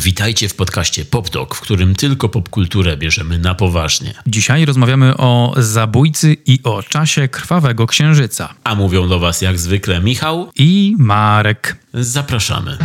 Witajcie w podcaście PopTalk, w którym tylko popkulturę bierzemy na poważnie. Dzisiaj rozmawiamy o Zabójcy i o czasie Krwawego Księżyca. A mówią do was jak zwykle Michał i Marek. Zapraszamy.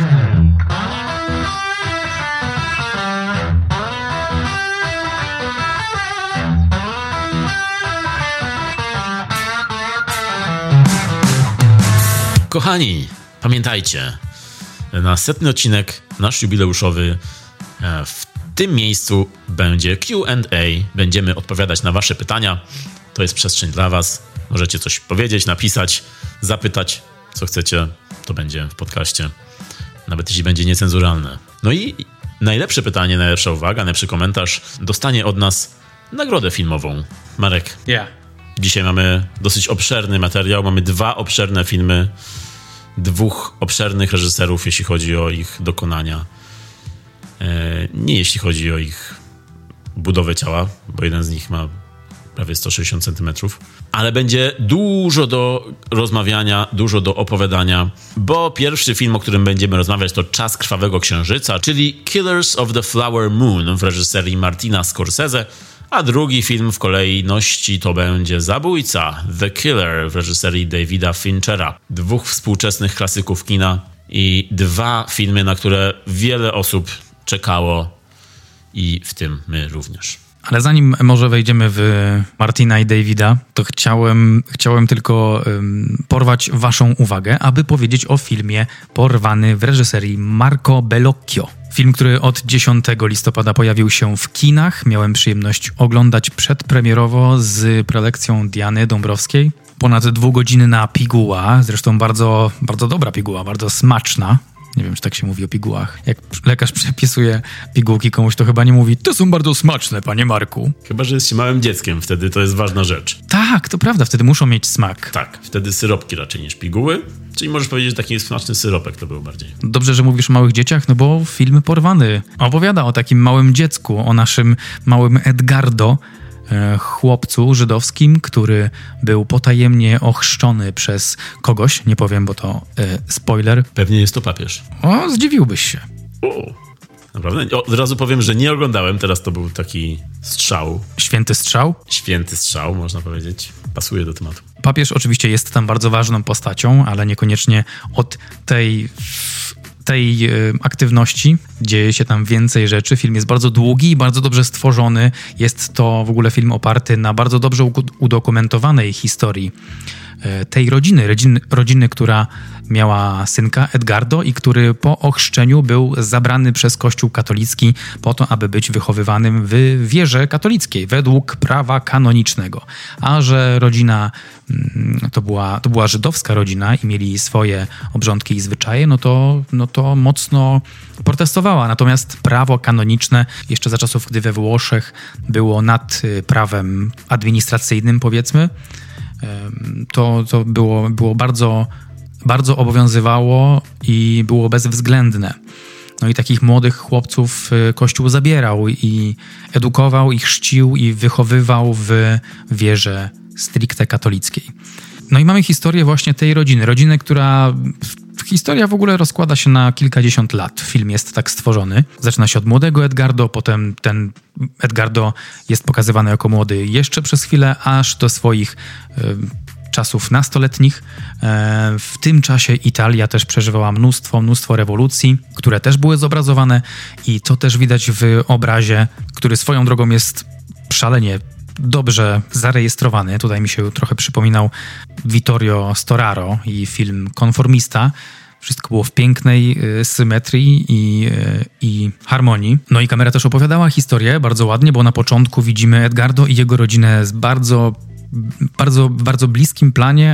Kochani, pamiętajcie, na 100. odcinek, nasz jubileuszowy, w tym miejscu będzie Q&A. Będziemy odpowiadać na wasze pytania. To jest przestrzeń dla was. Możecie coś powiedzieć, napisać, zapytać, co chcecie. To będzie w podcaście. Nawet jeśli będzie niecenzuralne. No i najlepsze pytanie, najlepsza uwaga, najlepszy komentarz dostanie od nas nagrodę filmową. Marek. Dzisiaj mamy dosyć obszerny materiał. Mamy 2 obszerne filmy. 2 obszernych reżyserów, jeśli chodzi o ich dokonania. Nie jeśli chodzi o ich budowę ciała, bo jeden z nich ma prawie 160 cm. Ale będzie dużo do rozmawiania, dużo do opowiadania, bo pierwszy film, o którym będziemy rozmawiać, to Czas Krwawego Księżyca, czyli Killers of the Flower Moon w reżyserii Martina Scorsese, a drugi film w kolejności to będzie Zabójca, The Killer w reżyserii Davida Finchera. 2 współczesnych klasyków kina i 2 filmy, na które wiele osób czekało i w tym my również. Ale zanim może wejdziemy w Martina i Davida, to chciałem tylko porwać waszą uwagę, aby powiedzieć o filmie Porwany w reżyserii Marco Bellocchio. Film, który od 10 listopada pojawił się w kinach. Miałem przyjemność oglądać przedpremierowo z prelekcją Diany Dąbrowskiej. Ponad 2-godzinna piguła, zresztą bardzo, bardzo dobra piguła, bardzo smaczna. Nie wiem, czy tak się mówi o pigułach. Jak lekarz przepisuje pigułki komuś, to chyba nie mówi: to są bardzo smaczne, panie Marku. Chyba że jest się małym dzieckiem, wtedy to jest ważna rzecz. Tak, to prawda, wtedy muszą mieć smak. Tak, wtedy syropki raczej niż piguły. Czyli możesz powiedzieć, że taki smaczny syropek to był bardziej. Dobrze, że mówisz o małych dzieciach, no bo film Porwany opowiada o takim małym dziecku, o naszym małym Edgardo, chłopcu żydowskim, który był potajemnie ochrzczony przez kogoś, nie powiem, bo to spoiler. Pewnie jest to papież. O, zdziwiłbyś się. O, naprawdę? Od razu powiem, że nie oglądałem, teraz to był taki strzał. Święty strzał? Święty strzał, można powiedzieć. Pasuje do tematu. Papież oczywiście jest tam bardzo ważną postacią, ale niekoniecznie od tej aktywności dzieje się tam więcej rzeczy. Film jest bardzo długi i bardzo dobrze stworzony. Jest to w ogóle film oparty na bardzo dobrze udokumentowanej historii tej rodziny, która miała synka Edgardo i który po ochrzczeniu był zabrany przez Kościół katolicki po to, aby być wychowywanym w wierze katolickiej, według prawa kanonicznego. A że rodzina to była żydowska rodzina i mieli swoje obrządki i zwyczaje, no to mocno protestowała. Natomiast prawo kanoniczne jeszcze za czasów, gdy we Włoszech było nad prawem administracyjnym, powiedzmy, to było bardzo, bardzo obowiązywało i było bezwzględne. No i takich młodych chłopców Kościół zabierał i edukował, i chrzcił, i wychowywał w wierze stricte katolickiej. No i mamy historię właśnie tej rodziny, która... Historia w ogóle rozkłada się na kilkadziesiąt lat. Film jest tak stworzony. Zaczyna się od młodego Edgardo, potem ten Edgardo jest pokazywany jako młody jeszcze przez chwilę, aż do swoich czasów nastoletnich. W tym czasie Italia też przeżywała mnóstwo rewolucji, które też były zobrazowane i to też widać w obrazie, który swoją drogą jest szalenie dobrze zarejestrowany. Tutaj mi się trochę przypominał Vittorio Storaro i film Konformista. Wszystko było w pięknej symetrii i harmonii. No i kamera też opowiadała historię bardzo ładnie, bo na początku widzimy Edgardo i jego rodzinę z bardzo, bardzo, bardzo bliskim planie,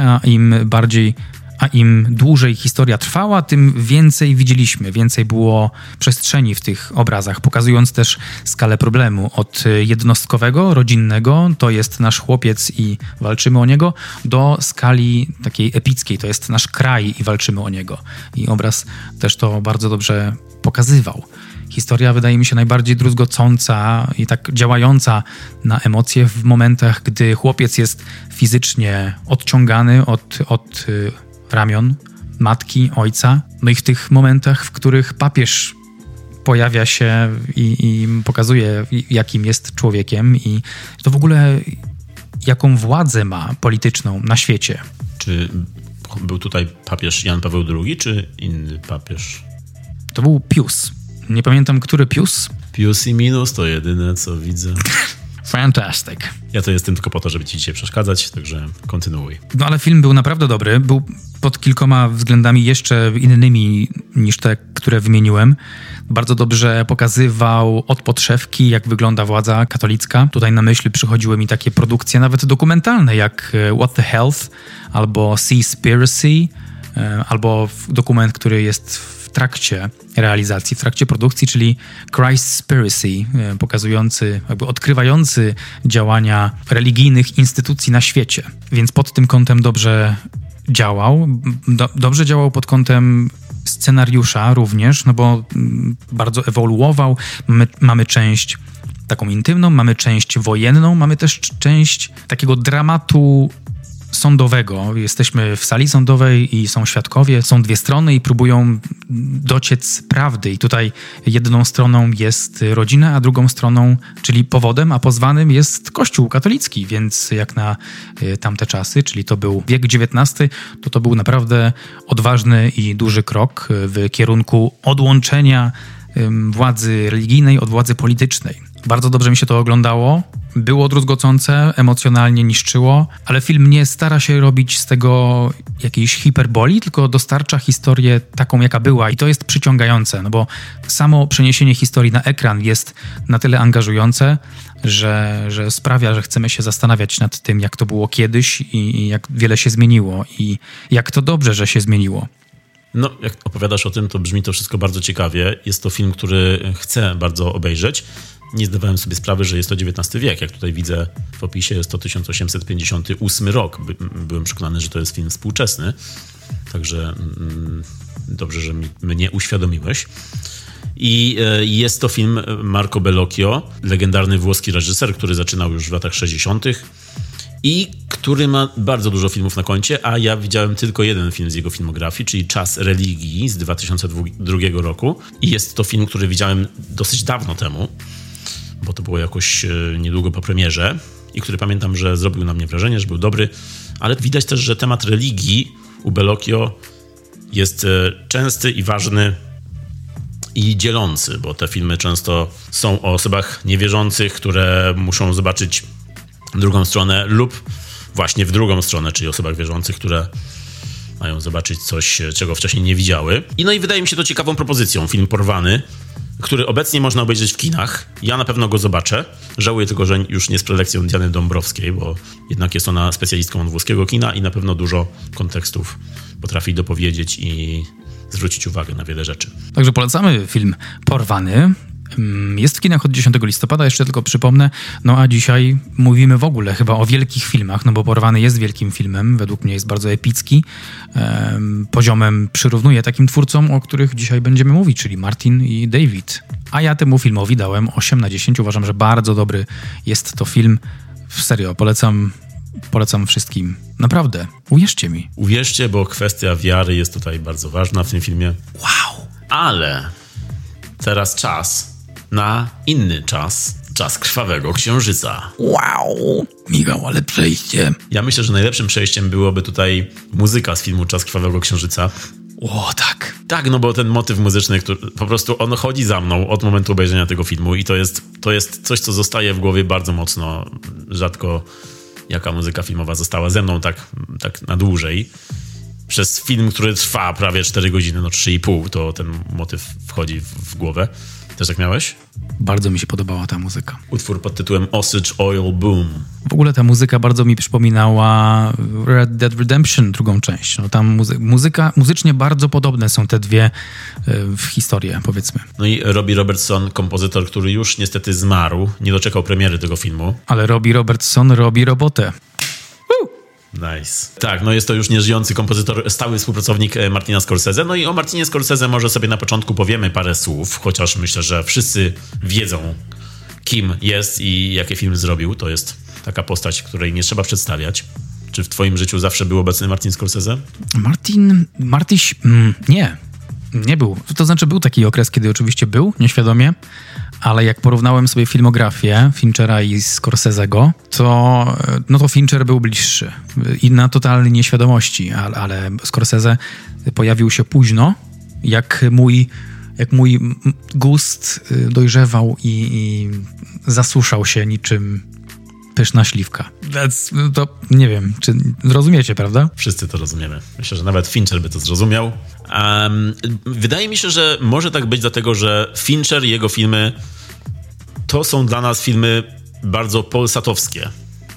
a im dłużej historia trwała, tym więcej widzieliśmy, więcej było przestrzeni w tych obrazach, pokazując też skalę problemu. Od jednostkowego, rodzinnego, to jest nasz chłopiec i walczymy o niego, do skali takiej epickiej, to jest nasz kraj i walczymy o niego. I obraz też to bardzo dobrze pokazywał. Historia wydaje mi się najbardziej druzgocąca i tak działająca na emocje w momentach, gdy chłopiec jest fizycznie odciągany od ramion matki, ojca. No i w tych momentach, w których papież pojawia się i pokazuje, jakim jest człowiekiem i to w ogóle jaką władzę ma polityczną na świecie. Czy był tutaj papież Jan Paweł II, czy inny papież? To był Pius. Nie pamiętam, który Pius. Pius i minus to jedyne, co widzę. Fantastic. Ja to jestem tylko po to, żeby ci dzisiaj przeszkadzać, także kontynuuj. No ale film był naprawdę dobry. Był pod kilkoma względami jeszcze innymi niż te, które wymieniłem. Bardzo dobrze pokazywał od podszewki, jak wygląda władza katolicka. Tutaj na myśl przychodziły mi takie produkcje nawet dokumentalne, jak What the Health, albo Seaspiracy, albo dokument, który jest w trakcie realizacji, w trakcie produkcji, czyli Christspiracy, pokazujący, jakby odkrywający działania religijnych instytucji na świecie. Więc pod tym kątem dobrze działał. Dobrze działał pod kątem scenariusza również, no bo bardzo ewoluował. Mamy część taką intymną, mamy część wojenną, mamy też część takiego dramatu sądowego. Jesteśmy w sali sądowej i są świadkowie, są dwie strony i próbują dociec prawdy. I tutaj jedną stroną jest rodzina, a drugą stroną, czyli powodem, a pozwanym jest Kościół katolicki. Więc jak na tamte czasy, czyli to był wiek XIX, to był naprawdę odważny i duży krok w kierunku odłączenia władzy religijnej od władzy politycznej. Bardzo dobrze mi się to oglądało. Było druzgocące, emocjonalnie niszczyło, ale film nie stara się robić z tego jakiejś hiperboli, tylko dostarcza historię taką, jaka była i to jest przyciągające, no bo samo przeniesienie historii na ekran jest na tyle angażujące, że sprawia, że chcemy się zastanawiać nad tym, jak to było kiedyś i jak wiele się zmieniło i jak to dobrze, że się zmieniło. No, jak opowiadasz o tym, to brzmi to wszystko bardzo ciekawie. Jest to film, który chcę bardzo obejrzeć. Nie zdawałem sobie sprawy, że jest to XIX wiek. Jak tutaj widzę w opisie, jest to 1858 rok. Byłem przekonany, że to jest film współczesny. Także dobrze, że mnie uświadomiłeś. I jest to film Marco Bellocchio, legendarny włoski reżyser, który zaczynał już w latach 60. i który ma bardzo dużo filmów na koncie, a ja widziałem tylko jeden film z jego filmografii, czyli Czas religii z 2002 roku. I jest to film, który widziałem dosyć dawno temu, bo to było jakoś niedługo po premierze i który pamiętam, że zrobił na mnie wrażenie, że był dobry, ale widać też, że temat religii u Bellocchio jest częsty i ważny i dzielący, bo te filmy często są o osobach niewierzących, które muszą zobaczyć drugą stronę lub właśnie w drugą stronę, czyli osobach wierzących, które mają zobaczyć coś, czego wcześniej nie widziały. No i wydaje mi się to ciekawą propozycją, film Porwany, który obecnie można obejrzeć w kinach. Ja na pewno go zobaczę. Żałuję tylko, że już nie z prelekcją Diany Dąbrowskiej, bo jednak jest ona specjalistką od włoskiego kina i na pewno dużo kontekstów potrafi dopowiedzieć i zwrócić uwagę na wiele rzeczy. Także polecamy film Porwany. Jest w kinach od 10 listopada, jeszcze tylko przypomnę. No a dzisiaj mówimy w ogóle chyba o wielkich filmach, no bo Porwany jest wielkim filmem, według mnie jest bardzo epicki. Poziomem przyrównuje takim twórcom, o których dzisiaj będziemy mówić, czyli Martin i David. A ja temu filmowi dałem 8/10. Uważam, że bardzo dobry jest to film. Serio, polecam wszystkim. Naprawdę, uwierzcie mi. Uwierzcie, bo kwestia wiary jest tutaj bardzo ważna w tym filmie. Wow! Ale teraz czas na inny czas. Czas Krwawego Księżyca. Wow! Michał, ale przejście. Ja myślę, że najlepszym przejściem byłoby tutaj muzyka z filmu Czas Krwawego Księżyca. O, tak. Tak, no bo ten motyw muzyczny, który po prostu on chodzi za mną od momentu obejrzenia tego filmu i to jest coś, co zostaje w głowie bardzo mocno. Rzadko jaka muzyka filmowa została ze mną tak na dłużej. Przez film, który trwa prawie 4 godziny, 3,5, to ten motyw wchodzi w głowę. Też tak miałeś? Bardzo mi się podobała ta muzyka. Utwór pod tytułem Osage Oil Boom. W ogóle ta muzyka bardzo mi przypominała Red Dead Redemption, drugą część. No tam muzycznie bardzo podobne są te dwie w historię, powiedzmy. No i Robbie Robertson, kompozytor, który już niestety zmarł, nie doczekał premiery tego filmu. Ale Robbie Robertson robi robotę. Nice. Tak, no jest to już nieżyjący kompozytor, stały współpracownik Martina Scorsese. No i o Martinie Scorsese może sobie na początku powiemy parę słów, chociaż myślę, że wszyscy wiedzą, kim jest i jakie filmy zrobił. To jest taka postać, której nie trzeba przedstawiać. Czy w twoim życiu zawsze był obecny Martin Scorsese? Nie. Nie był. To znaczy był taki okres, kiedy oczywiście był, nieświadomie, ale jak porównałem sobie filmografię Finchera i Scorsese'ego, to Fincher był bliższy i na totalnej nieświadomości, ale Scorsese pojawił się późno, jak mój gust dojrzewał i zasuszał się niczym pyszna śliwka. To nie wiem, czy rozumiecie, prawda? Wszyscy to rozumiemy. Myślę, że nawet Fincher by to zrozumiał. Wydaje mi się, że może tak być dlatego, że Fincher i jego filmy to są dla nas filmy bardzo polsatowskie.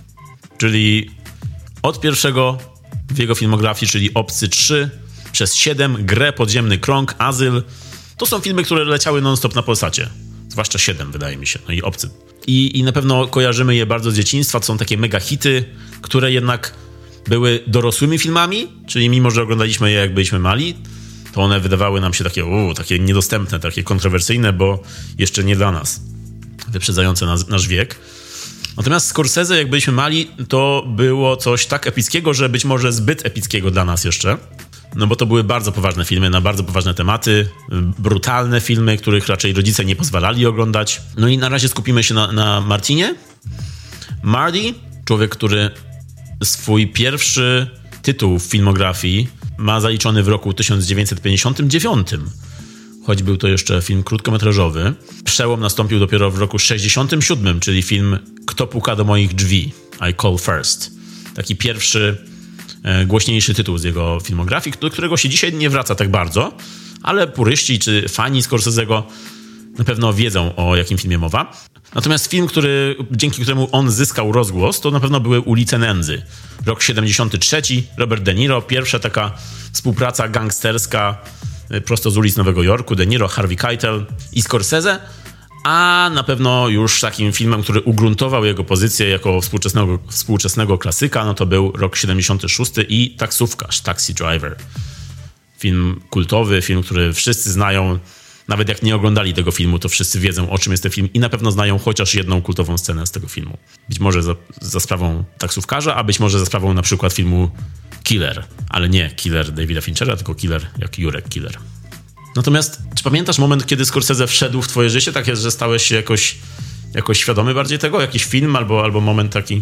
Czyli od pierwszego w jego filmografii, czyli Obcy 3, przez 7, Grę, Podziemny Krąg, Azyl. To są filmy, które leciały non-stop na Polsacie. Zwłaszcza 7, wydaje mi się. No i Obcy. I na pewno kojarzymy je bardzo z dzieciństwa. To są takie mega hity, które jednak były dorosłymi filmami, czyli mimo, że oglądaliśmy je jak byliśmy mali, to one wydawały nam się takie niedostępne, takie kontrowersyjne, bo jeszcze nie dla nas. Wyprzedzające nasz wiek. Natomiast Scorsese, jak byliśmy mali, to było coś tak epickiego, że być może zbyt epickiego dla nas jeszcze. No bo to były bardzo poważne filmy na bardzo poważne tematy, brutalne filmy, których raczej rodzice nie pozwalali oglądać. No i na razie skupimy się na Martinie. Marty, człowiek, który swój pierwszy tytuł w filmografii ma zaliczony w roku 1959, choć był to jeszcze film krótkometrażowy. Przełom nastąpił dopiero w roku 67, czyli film Kto puka do moich drzwi? I Call First. Taki pierwszy głośniejszy tytuł z jego filmografii, do którego się dzisiaj nie wraca tak bardzo, ale puryści czy fani Scorsese'ego na pewno wiedzą, o jakim filmie mowa. Natomiast film, dzięki któremu on zyskał rozgłos, to na pewno były Ulice Nędzy. Rok 73, Robert De Niro, pierwsza taka współpraca gangsterska prosto z ulic Nowego Jorku. De Niro, Harvey Keitel i Scorsese. A na pewno już takim filmem, który ugruntował jego pozycję jako współczesnego klasyka, no to był rok 76 i Taksówkarz, Taxi Driver. Film kultowy, film, który wszyscy znają. Nawet jak nie oglądali tego filmu, to wszyscy wiedzą, o czym jest ten film i na pewno znają chociaż jedną kultową scenę z tego filmu. Być może za sprawą Taksówkarza, a być może za sprawą na przykład filmu Killer. Ale nie Killer Davida Finchera, tylko Killer jak Jurek Killer. Natomiast czy pamiętasz moment, kiedy Scorsese wszedł w twoje życie? Tak jest, że stałeś się jakoś świadomy bardziej tego? Jakiś film albo moment taki?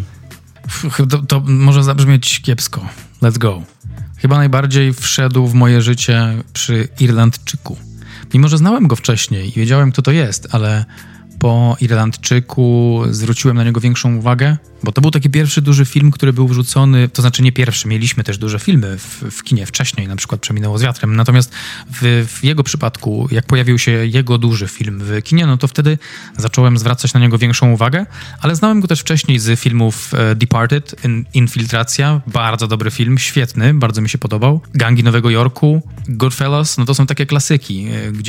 To może zabrzmieć kiepsko. Let's go. Chyba najbardziej wszedł w moje życie przy Irlandczyku. Mimo, że znałem go wcześniej i wiedziałem, kto to jest, ale po Irlandczyku zwróciłem na niego większą uwagę, bo to był taki pierwszy duży film, który był wrzucony, to znaczy nie pierwszy, mieliśmy też duże filmy w kinie wcześniej, na przykład Przeminęło z wiatrem, natomiast w jego przypadku, jak pojawił się jego duży film w kinie, no to wtedy zacząłem zwracać na niego większą uwagę, ale znałem go też wcześniej z filmów Departed, Infiltracja, bardzo dobry film, świetny, bardzo mi się podobał, Gangi Nowego Jorku, Goodfellas, no to są takie klasyki,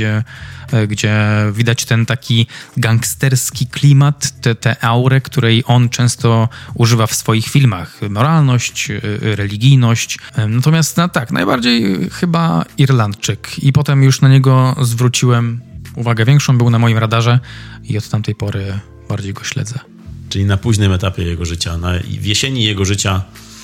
gdzie widać ten taki gangsterski klimat, tę aurę, której on często używa w swoich filmach. Moralność, religijność. Natomiast najbardziej chyba Irlandczyk. I potem już na niego zwróciłem uwagę większą, był na moim radarze i od tamtej pory bardziej go śledzę. Czyli na późnym etapie jego życia, w jesieni jego życia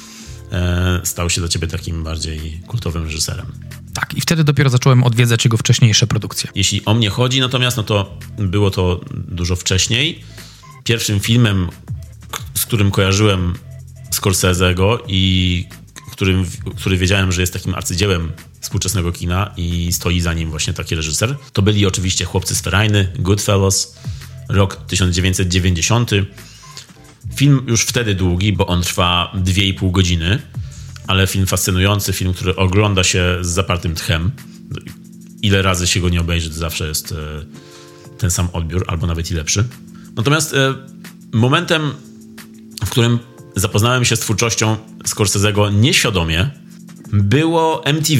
stał się dla ciebie takim bardziej kultowym reżyserem. Tak, i wtedy dopiero zacząłem odwiedzać jego wcześniejsze produkcje. Jeśli o mnie chodzi, natomiast, no to było to dużo wcześniej. Pierwszym filmem, z którym kojarzyłem Scorsese'ego i który wiedziałem, że jest takim arcydziełem współczesnego kina i stoi za nim właśnie taki reżyser, to byli oczywiście Chłopcy z Ferajny, Goodfellas, rok 1990. Film już wtedy długi, bo on trwa 2,5 godziny, ale film fascynujący, film, który ogląda się z zapartym tchem. Ile razy się go nie obejrzy, to zawsze jest ten sam odbiór, albo nawet i lepszy. Natomiast momentem, w którym zapoznałem się z twórczością Scorsese'ego nieświadomie, było MTV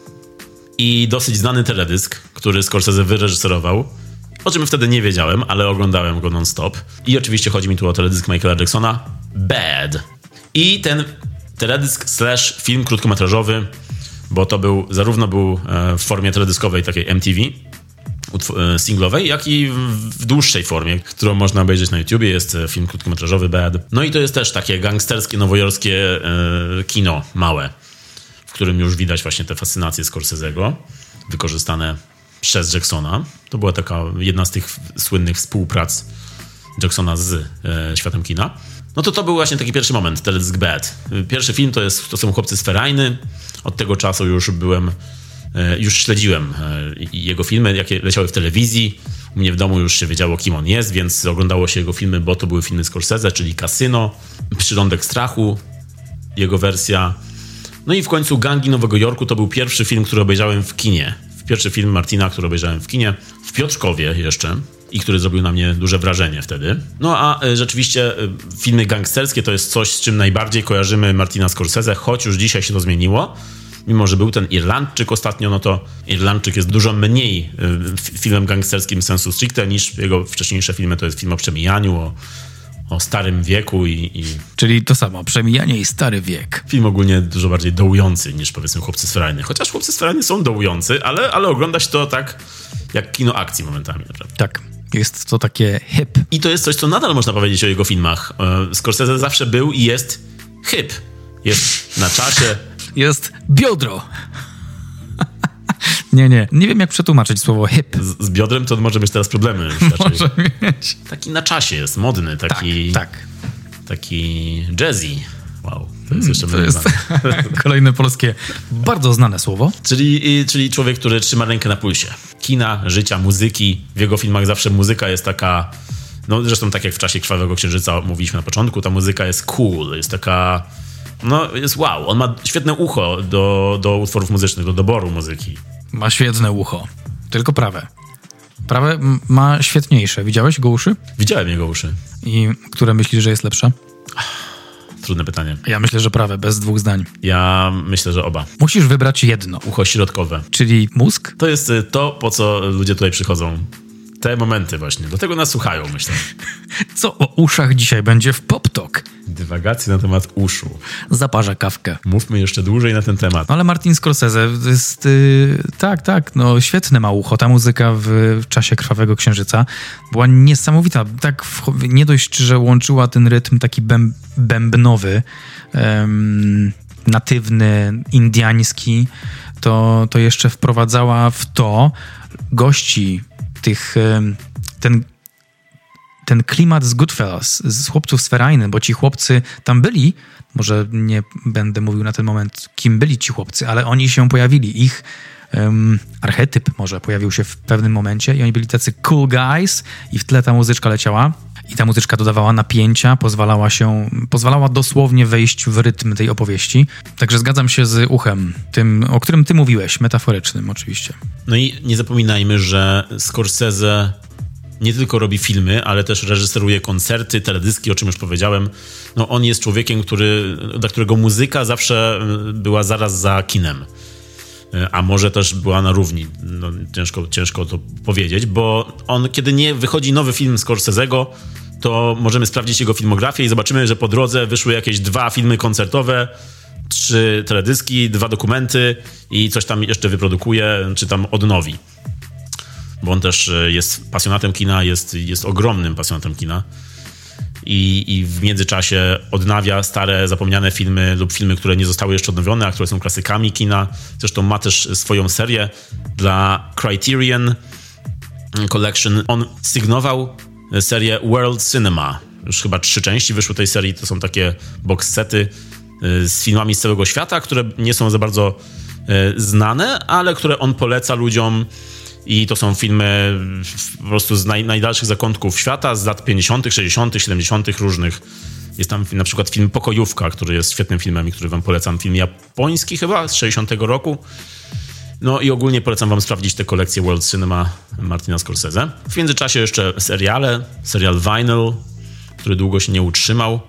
i dosyć znany teledysk, który Scorsese wyreżyserował, o czym wtedy nie wiedziałem, ale oglądałem go non-stop. I oczywiście chodzi mi tu o teledysk Michaela Jacksona, Bad. I ten teledysk / film krótkometrażowy, bo to zarówno był w formie teledyskowej takiej MTV, singlowej, jak i w dłuższej formie, którą można obejrzeć na YouTubie. Jest film krótkometrażowy Bad. No i to jest też takie gangsterskie, nowojorskie kino małe, w którym już widać właśnie tę fascynację Scorsese'ego. wykorzystane przez Jacksona. To była taka jedna z tych słynnych współprac Jacksona z światem kina. No to był właśnie taki pierwszy moment, Teledysk Bad. Pierwszy film to są Chłopcy z Ferajny. Od tego czasu już śledziłem jego filmy, jakie leciały w telewizji. U mnie w domu już się wiedziało, kim on jest, więc oglądało się jego filmy, bo to były filmy Scorsese, czyli Casino, Przyrządek strachu, jego wersja. No i w końcu Gangi Nowego Jorku to był pierwszy film, który obejrzałem w kinie. Pierwszy film Martina, który obejrzałem w kinie, w Piotrkowie jeszcze i który zrobił na mnie duże wrażenie wtedy. No a rzeczywiście filmy gangsterskie to jest coś, z czym najbardziej kojarzymy Martina Scorsese, choć już dzisiaj się to zmieniło. Mimo że był ten Irlandczyk ostatnio, no to Irlandczyk jest dużo mniej filmem gangsterskim sensu stricte niż jego wcześniejsze filmy. To jest film o przemijaniu, o starym wieku i... Czyli to samo, przemijanie i stary wiek. Film ogólnie dużo bardziej dołujący niż powiedzmy Chłopcy z Ferajny. Chociaż Chłopcy z Ferajny są dołujący, ale ogląda się to tak jak kino akcji momentami. Naprawdę. Tak, jest to takie hip. I to jest coś, co nadal można powiedzieć o jego filmach. Scorsese zawsze był i jest hip. Jest na czasie. Jest biodro. Nie wiem, jak przetłumaczyć słowo hip. Z biodrem to może mieć teraz problemy. Może mieć. Taki na czasie jest, modny, taki... Tak. Taki jazzy. Wow, to jest jeszcze kolejne polskie, bardzo znane słowo. Czyli człowiek, który trzyma rękę na pulsie. Kina, życia, muzyki. W jego filmach zawsze muzyka jest taka... No zresztą tak jak w czasie Krwawego Księżyca mówiliśmy na początku, ta muzyka jest cool, jest taka... No jest wow, on ma świetne ucho do utworów muzycznych, do doboru muzyki. Ma świetne ucho, tylko prawe. Prawe ma świetniejsze. Widziałeś jego uszy? Widziałem jego uszy. I które myślisz, że jest lepsze? Trudne pytanie. Ja myślę, że prawe, bez dwóch zdań. Ja myślę, że oba. Musisz wybrać jedno. Ucho środkowe. Czyli mózg? To jest to, po co ludzie tutaj przychodzą. Te momenty właśnie. Do tego nas słuchają, myślę. Co o uszach dzisiaj będzie w Pop Talk? Dywagacje na temat uszu. Zaparzę kawkę. Mówmy jeszcze dłużej na ten temat. No ale Martin Scorsese jest... tak, no świetne ma ucho. Ta muzyka w czasie Krwawego Księżyca była niesamowita. Tak nie dość, że łączyła ten rytm taki bębnowy, natywny, indiański, to jeszcze wprowadzała w to gości ten klimat z Goodfellas, z Chłopców z Ferajny, bo ci chłopcy tam byli, może nie będę mówił na ten moment, kim byli ci chłopcy, ale oni się pojawili, ich archetyp może pojawił się w pewnym momencie i oni byli tacy cool guys i w tle ta muzyczka leciała i ta muzyczka dodawała napięcia, pozwalała dosłownie wejść w rytm tej opowieści. Także zgadzam się z uchem, tym, o którym ty mówiłeś, metaforycznym oczywiście. No i nie zapominajmy, że Scorsese nie tylko robi filmy, ale też reżyseruje koncerty, teledyski, o czym już powiedziałem. No on jest człowiekiem, dla którego muzyka zawsze była zaraz za kinem. A może też była na równi. No, ciężko to powiedzieć, bo kiedy nie wychodzi nowy film Scorsese'ego, to możemy sprawdzić jego filmografię i zobaczymy, że po drodze wyszły jakieś 2 filmy koncertowe, 3 teledyski, 2 dokumenty i coś tam jeszcze wyprodukuje, czy tam odnowi. Bo on też jest pasjonatem kina, jest ogromnym pasjonatem kina. I w międzyczasie odnawia stare, zapomniane filmy lub filmy, które nie zostały jeszcze odnowione, a które są klasykami kina. Zresztą ma też swoją serię dla Criterion Collection. On sygnował serię World Cinema. Już chyba 3 części wyszły tej serii. To są takie box sety z filmami z całego świata, które nie są za bardzo znane, ale które on poleca ludziom. I to są filmy po prostu z najdalszych zakątków świata, z lat 50., 60., 70. różnych. Jest tam na przykład film Pokojówka, który jest świetnym filmem i który wam polecam. Film japoński chyba, z 60 roku. No i ogólnie polecam wam sprawdzić tę kolekcję World Cinema Martina Scorsese. W międzyczasie jeszcze serial Vinyl, który długo się nie utrzymał.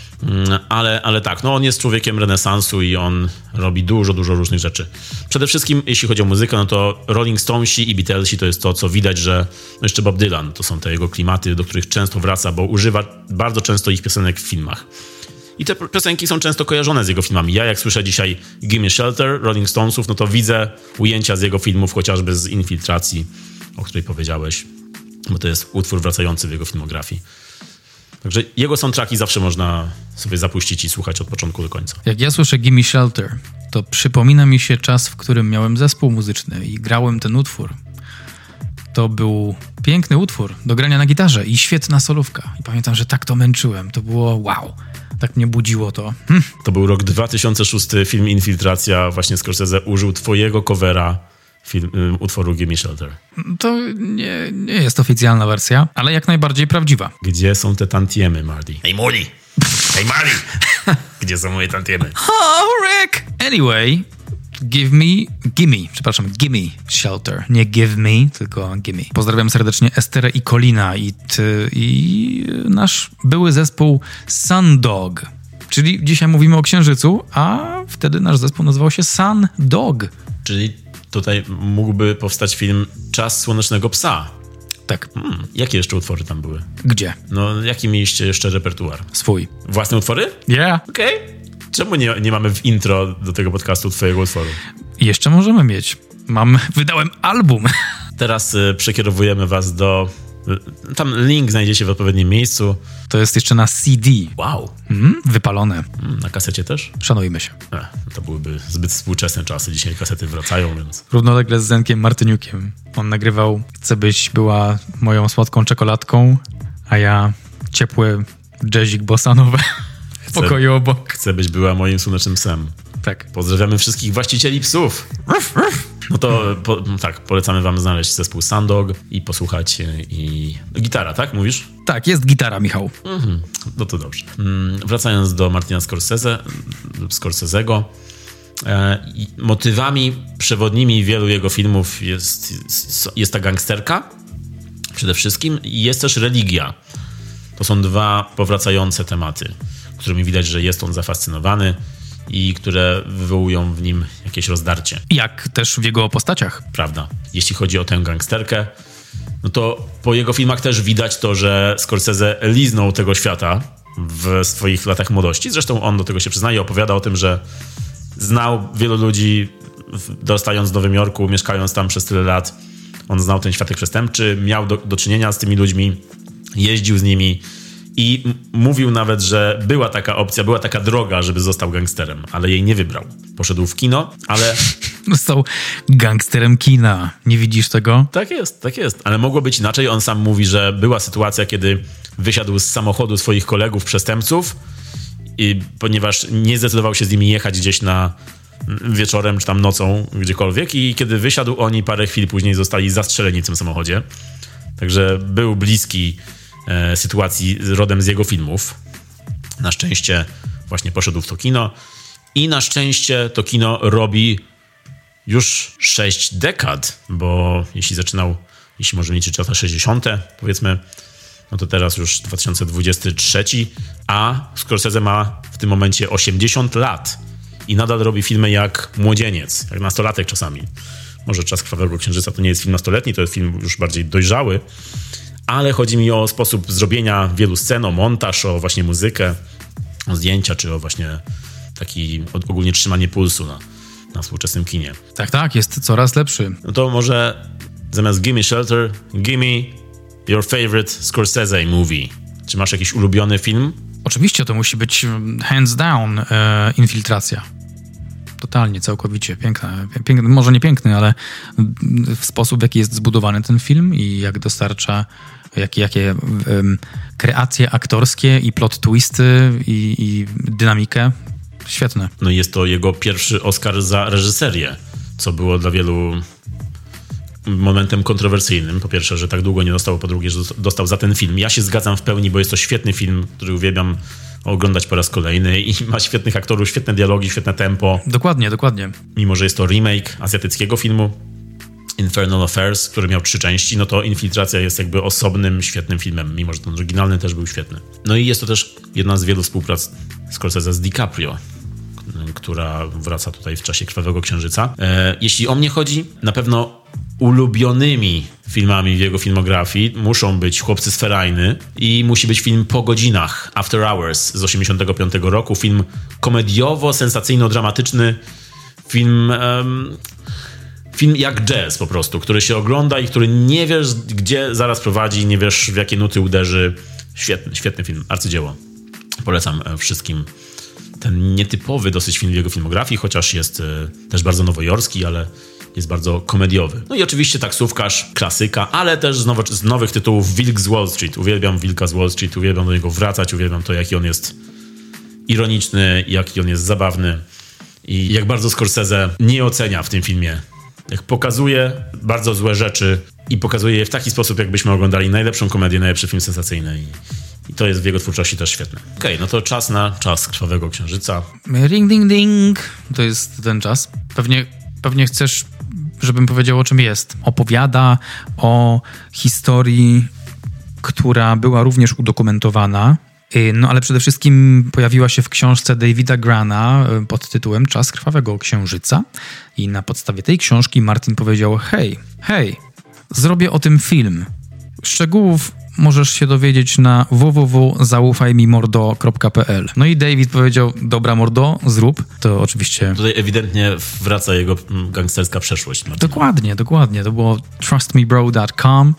Ale tak, no on jest człowiekiem renesansu i on robi dużo różnych rzeczy. Przede wszystkim, jeśli chodzi o muzykę, no to Rolling Stonesi i Beatlesi to jest to, co widać, że no jeszcze Bob Dylan, to są te jego klimaty, do których często wraca, bo używa bardzo często ich piosenek w filmach. I te piosenki są często kojarzone z jego filmami. Ja jak słyszę dzisiaj Gimme Shelter Rolling Stonesów, no to widzę ujęcia z jego filmów, chociażby z Infiltracji, o której powiedziałeś, bo to jest utwór wracający w jego filmografii. Także jego soundtracki zawsze można sobie zapuścić i słuchać od początku do końca. Jak ja słyszę Gimme Shelter, to przypomina mi się czas, w którym miałem zespół muzyczny i grałem ten utwór. To był piękny utwór do grania na gitarze i świetna solówka. I pamiętam, że tak to męczyłem. To było wow. Tak mnie budziło to. To był rok 2006, film Infiltracja. Właśnie Scorsese użył twojego covera utworu Gimme Shelter. To nie jest oficjalna wersja, ale jak najbardziej prawdziwa. Gdzie są te tantiemy, Marty? Hej, Molly! Hej, Marty! Gdzie są moje tantiemy? Oh, Rick! Anyway, gimme Shelter. Nie give me, tylko gimme. Pozdrawiam serdecznie Esterę i Colina i nasz były zespół Sundog. Czyli dzisiaj mówimy o Księżycu, a wtedy nasz zespół nazywał się Sundog. Czyli tutaj mógłby powstać film Czas Słonecznego Psa. Tak. Jakie jeszcze utwory tam były? Gdzie? No, jaki mieliście jeszcze repertuar? Swój. Własne utwory? Yeah. Okej. Czemu nie mamy w intro do tego podcastu twojego utworu? Jeszcze możemy mieć. Wydałem album. Teraz przekierowujemy was do... Tam link znajdziecie w odpowiednim miejscu. To jest jeszcze na CD. Wow. Wypalone. Na kasecie też? Szanujmy się. To byłyby zbyt współczesne czasy. Dzisiaj kasety wracają, więc... Równolegle z Zenkiem Martyniukiem. On nagrywał Chcę byś była moją słodką czekoladką, a ja ciepłe jazzik bossanowe w pokoju obok. Chcę byś była moim słonecznym psem. Tak. Pozdrawiamy wszystkich właścicieli psów. No to polecamy wam znaleźć zespół Sundog i posłuchać i... Gitara, tak? Mówisz? Tak, jest gitara, Michał. No to dobrze. Wracając do Martina Scorsese'ego. Motywami przewodnimi wielu jego filmów jest ta gangsterka przede wszystkim i jest też religia. To są dwa powracające tematy, którymi widać, że jest on zafascynowany i które wywołują w nim jakieś rozdarcie. Jak też w jego postaciach. Prawda. Jeśli chodzi o tę gangsterkę, no to po jego filmach też widać to, że Scorsese liznął tego świata w swoich latach młodości. Zresztą on do tego się przyznaje, opowiada o tym, że znał wielu ludzi, dostając w Nowym Jorku, mieszkając tam przez tyle lat. On znał ten światek przestępczy, miał do czynienia z tymi ludźmi, jeździł z nimi i mówił nawet, że była taka opcja, była taka droga, żeby został gangsterem, ale jej nie wybrał. Poszedł w kino, ale... Został gangsterem kina. Nie widzisz tego? Tak jest. Ale mogło być inaczej. On sam mówi, że była sytuacja, kiedy wysiadł z samochodu swoich kolegów przestępców, ponieważ nie zdecydował się z nimi jechać gdzieś na wieczorem czy tam nocą, gdziekolwiek, i kiedy wysiadł, oni parę chwil później zostali zastrzeleni w tym samochodzie. Także był bliski sytuacji rodem z jego filmów. Na szczęście właśnie poszedł w to kino i na szczęście to kino robi już 6 dekad, bo jeśli możemy liczyć lata 60., powiedzmy, no to teraz już 2023, a Scorsese ma w tym momencie 80 lat i nadal robi filmy jak młodzieniec, jak nastolatek czasami. Może Czas Krwawego Księżyca to nie jest film nastoletni, to jest film już bardziej dojrzały, ale chodzi mi o sposób zrobienia wielu scen, o montaż, o właśnie muzykę, o zdjęcia, czy o właśnie taki ogólnie trzymanie pulsu na współczesnym kinie. Tak, jest coraz lepszy. No to może zamiast Gimme Shelter, gimme your favorite Scorsese movie. Czy masz jakiś ulubiony film? Oczywiście to musi być hands down Infiltracja. Totalnie, całkowicie. Piękny, może nie piękny, ale w sposób, w jaki jest zbudowany ten film i jak dostarcza, jakie kreacje aktorskie i plot twisty i dynamikę. Świetne. No jest to jego pierwszy Oscar za reżyserię, co było dla wielu momentem kontrowersyjnym. Po pierwsze, że tak długo nie dostał, po drugie, że dostał za ten film. Ja się zgadzam w pełni, bo jest to świetny film, który uwielbiam oglądać po raz kolejny i ma świetnych aktorów, świetne dialogi, świetne tempo. Dokładnie. Mimo że jest to remake azjatyckiego filmu Infernal Affairs, który miał 3 części, no to Infiltracja jest jakby osobnym, świetnym filmem, mimo że ten oryginalny też był świetny. No i jest to też jedna z wielu współprac Scorsese z DiCaprio, która wraca tutaj w czasie Krwawego Księżyca. Jeśli o mnie chodzi, na pewno ulubionymi filmami w jego filmografii muszą być Chłopcy z Ferajny i musi być film Po godzinach, After Hours z 1985 roku. Film komediowo-sensacyjno-dramatyczny. Film jak jazz po prostu, który się ogląda i który nie wiesz, gdzie zaraz prowadzi, nie wiesz, w jakie nuty uderzy. Świetny film, arcydzieło. Polecam wszystkim. Ten nietypowy dosyć film w jego filmografii, chociaż jest też bardzo nowojorski, ale jest bardzo komediowy. No i oczywiście Taksówkarz, klasyka, ale też z nowych tytułów Wilk z Wall Street. Uwielbiam Wilka z Wall Street, uwielbiam do niego wracać, uwielbiam to, jaki on jest ironiczny, jaki on jest zabawny i jak bardzo Scorsese nie ocenia w tym filmie. Jak pokazuje bardzo złe rzeczy i pokazuje je w taki sposób, jakbyśmy oglądali najlepszą komedię, najlepszy film sensacyjny i to jest w jego twórczości też świetne. Okej, no to czas Krwawego Księżyca. Ring, ding, ding. To jest ten czas. Pewnie chcesz, żebym powiedział, o czym jest. Opowiada o historii, która była również udokumentowana, no ale przede wszystkim pojawiła się w książce Davida Grana pod tytułem Czas Krwawego Księżyca i na podstawie tej książki Martin powiedział: hej, zrobię o tym film. Szczegółów możesz się dowiedzieć na www.zaufajmimordo.pl. No i David powiedział: dobra mordo, zrób. To oczywiście... Tutaj ewidentnie wraca jego gangsterska przeszłość. Dokładnie. To było trustmebro.com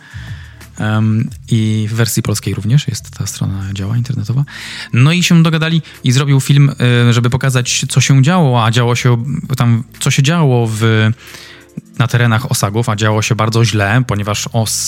i w wersji polskiej również jest ta strona działa internetowa. No i się dogadali i zrobił film, żeby pokazać, co się działo, co się działo na terenach Osagów, a działo się bardzo źle, ponieważ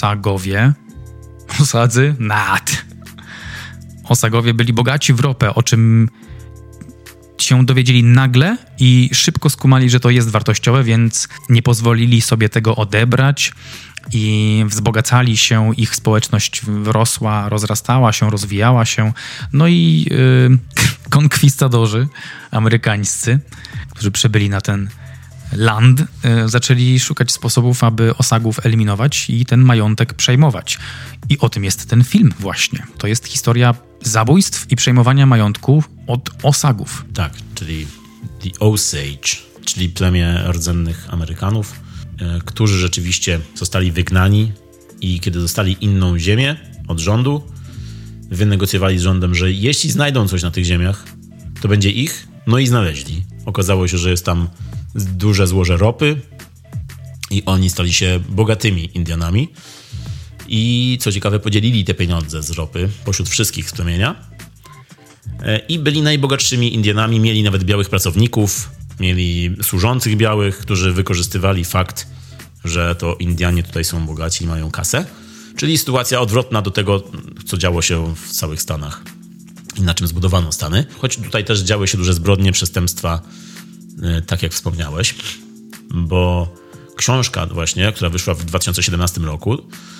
Osagowie byli bogaci w ropę, o czym się dowiedzieli nagle i szybko skumali, że to jest wartościowe, więc nie pozwolili sobie tego odebrać i wzbogacali się, ich społeczność rosła, rozrastała się, rozwijała się. No i konkwistadorzy amerykańscy, którzy przybyli na ten land, zaczęli szukać sposobów, aby Osagów eliminować i ten majątek przejmować. I o tym jest ten film właśnie. To jest historia zabójstw i przejmowania majątku od Osagów. Tak, czyli The Osage, czyli plemię rdzennych Amerykanów, którzy rzeczywiście zostali wygnani i kiedy dostali inną ziemię od rządu, wynegocjowali z rządem, że jeśli znajdą coś na tych ziemiach, to będzie ich, no i znaleźli. Okazało się, że jest tam duże złoże ropy i oni stali się bogatymi Indianami i co ciekawe podzielili te pieniądze z ropy pośród wszystkich z plemienia i byli najbogatszymi Indianami, mieli nawet białych pracowników, mieli służących białych, którzy wykorzystywali fakt, że to Indianie tutaj są bogaci i mają kasę, czyli sytuacja odwrotna do tego, co działo się w całych Stanach i na czym zbudowano Stany, choć tutaj też działy się duże zbrodnie, przestępstwa, tak jak wspomniałeś, bo książka właśnie, która wyszła w 2017 roku,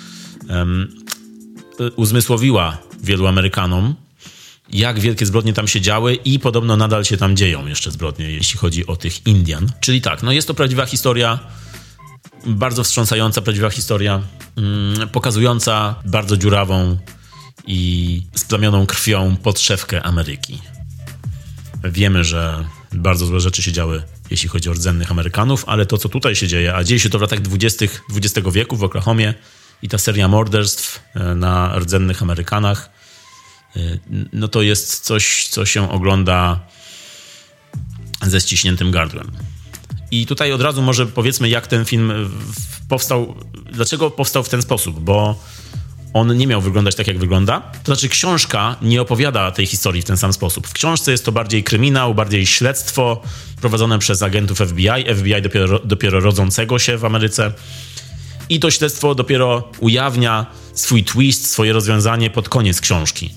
uzmysłowiła wielu Amerykanom, jak wielkie zbrodnie tam się działy i podobno nadal się tam dzieją jeszcze zbrodnie, jeśli chodzi o tych Indian. Czyli tak, no jest to prawdziwa historia, bardzo wstrząsająca prawdziwa historia, pokazująca bardzo dziurawą i splamioną krwią podszewkę Ameryki. Wiemy, że bardzo złe rzeczy się działy, jeśli chodzi o rdzennych Amerykanów, ale to, co tutaj się dzieje, a dzieje się to w latach 20. XX wieku w Oklahomie i ta seria morderstw na rdzennych Amerykanach, no to jest coś, co się ogląda ze ściśniętym gardłem. I tutaj od razu może powiedzmy, jak ten film powstał, dlaczego powstał w ten sposób, bo on nie miał wyglądać tak, jak wygląda. To znaczy książka nie opowiada tej historii w ten sam sposób. W książce jest to bardziej kryminał, bardziej śledztwo prowadzone przez agentów FBI dopiero rodzącego się w Ameryce. I to śledztwo dopiero ujawnia swój twist, swoje rozwiązanie pod koniec książki.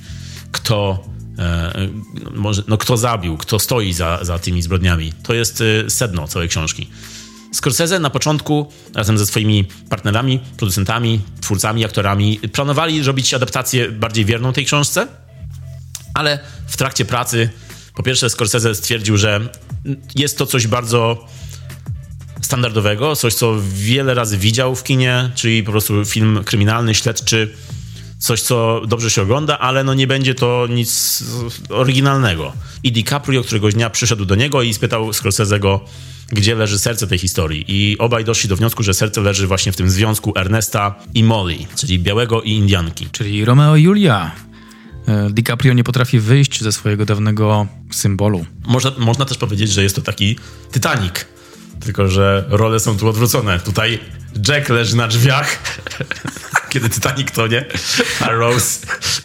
Kto zabił, kto stoi za tymi zbrodniami. To jest sedno całej książki. Scorsese na początku razem ze swoimi partnerami, producentami, twórcami, aktorami planowali robić adaptację bardziej wierną tej książce, ale w trakcie pracy po pierwsze Scorsese stwierdził, że jest to coś bardzo standardowego, coś co wiele razy widział w kinie, czyli po prostu film kryminalny, śledczy, coś co dobrze się ogląda, ale no nie będzie to nic oryginalnego. I DiCaprio któregoś dnia przyszedł do niego i spytał Scorsese'ego, gdzie leży serce tej historii. I obaj doszli do wniosku, że serce leży właśnie w tym związku Ernesta i Molly, czyli białego i Indianki. Czyli Romeo i Julia. DiCaprio nie potrafi wyjść ze swojego dawnego symbolu. Można też powiedzieć, że jest to taki Titanic. Tylko że role są tu odwrócone. Tutaj Jack leży na drzwiach, kiedy Titanic tonie, a Rose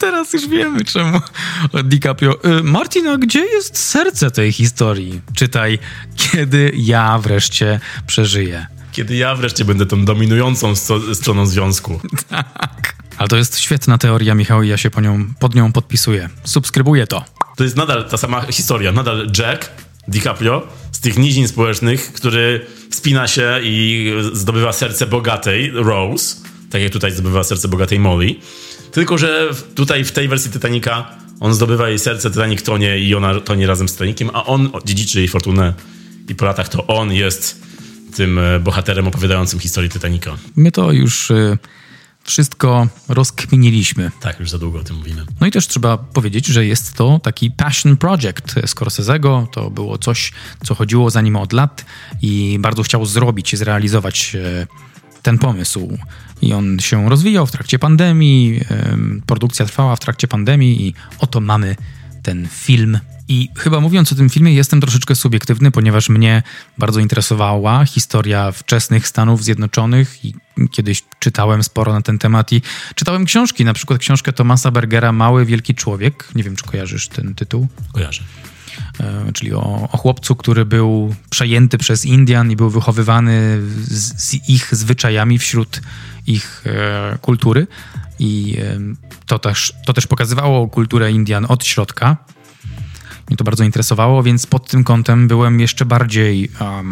Teraz już wiemy, czemu DiCaprio... Martin, a gdzie jest serce tej historii? Czytaj, kiedy ja wreszcie przeżyję. Kiedy ja wreszcie będę tą dominującą stroną związku. Tak. Ale to jest świetna teoria, Michał, i ja się pod nią podpisuję. Subskrybuję to. To jest nadal ta sama historia. Nadal Jack DiCaprio z tych nizin społecznych, który wspina się i zdobywa serce bogatej Rose, tak jak tutaj zdobywa serce bogatej Molly. Tylko że tutaj w tej wersji Titanica on zdobywa jej serce, Titanic tonie i ona tonie razem z Titaniciem, a on dziedziczy jej fortunę i po latach to on jest tym bohaterem opowiadającym historię Titanica. My to już wszystko rozkminiliśmy. Tak, już za długo o tym mówimy. No i też trzeba powiedzieć, że jest to taki passion project Scorsese'ego. To było coś, co chodziło za nim od lat i bardzo chciał zrealizować ten pomysł. I on się rozwijał w trakcie pandemii, produkcja trwała w trakcie pandemii i oto mamy ten film. I chyba mówiąc o tym filmie jestem troszeczkę subiektywny, ponieważ mnie bardzo interesowała historia wczesnych Stanów Zjednoczonych i kiedyś czytałem sporo na ten temat i czytałem książki, na przykład książkę Thomasa Bergera Mały, wielki człowiek. Nie wiem, czy kojarzysz ten tytuł? Kojarzę. Czyli o chłopcu, który był przejęty przez Indian i był wychowywany z ich zwyczajami wśród ich kultury. I to też pokazywało kulturę Indian od środka. Mnie to bardzo interesowało, więc pod tym kątem byłem jeszcze bardziej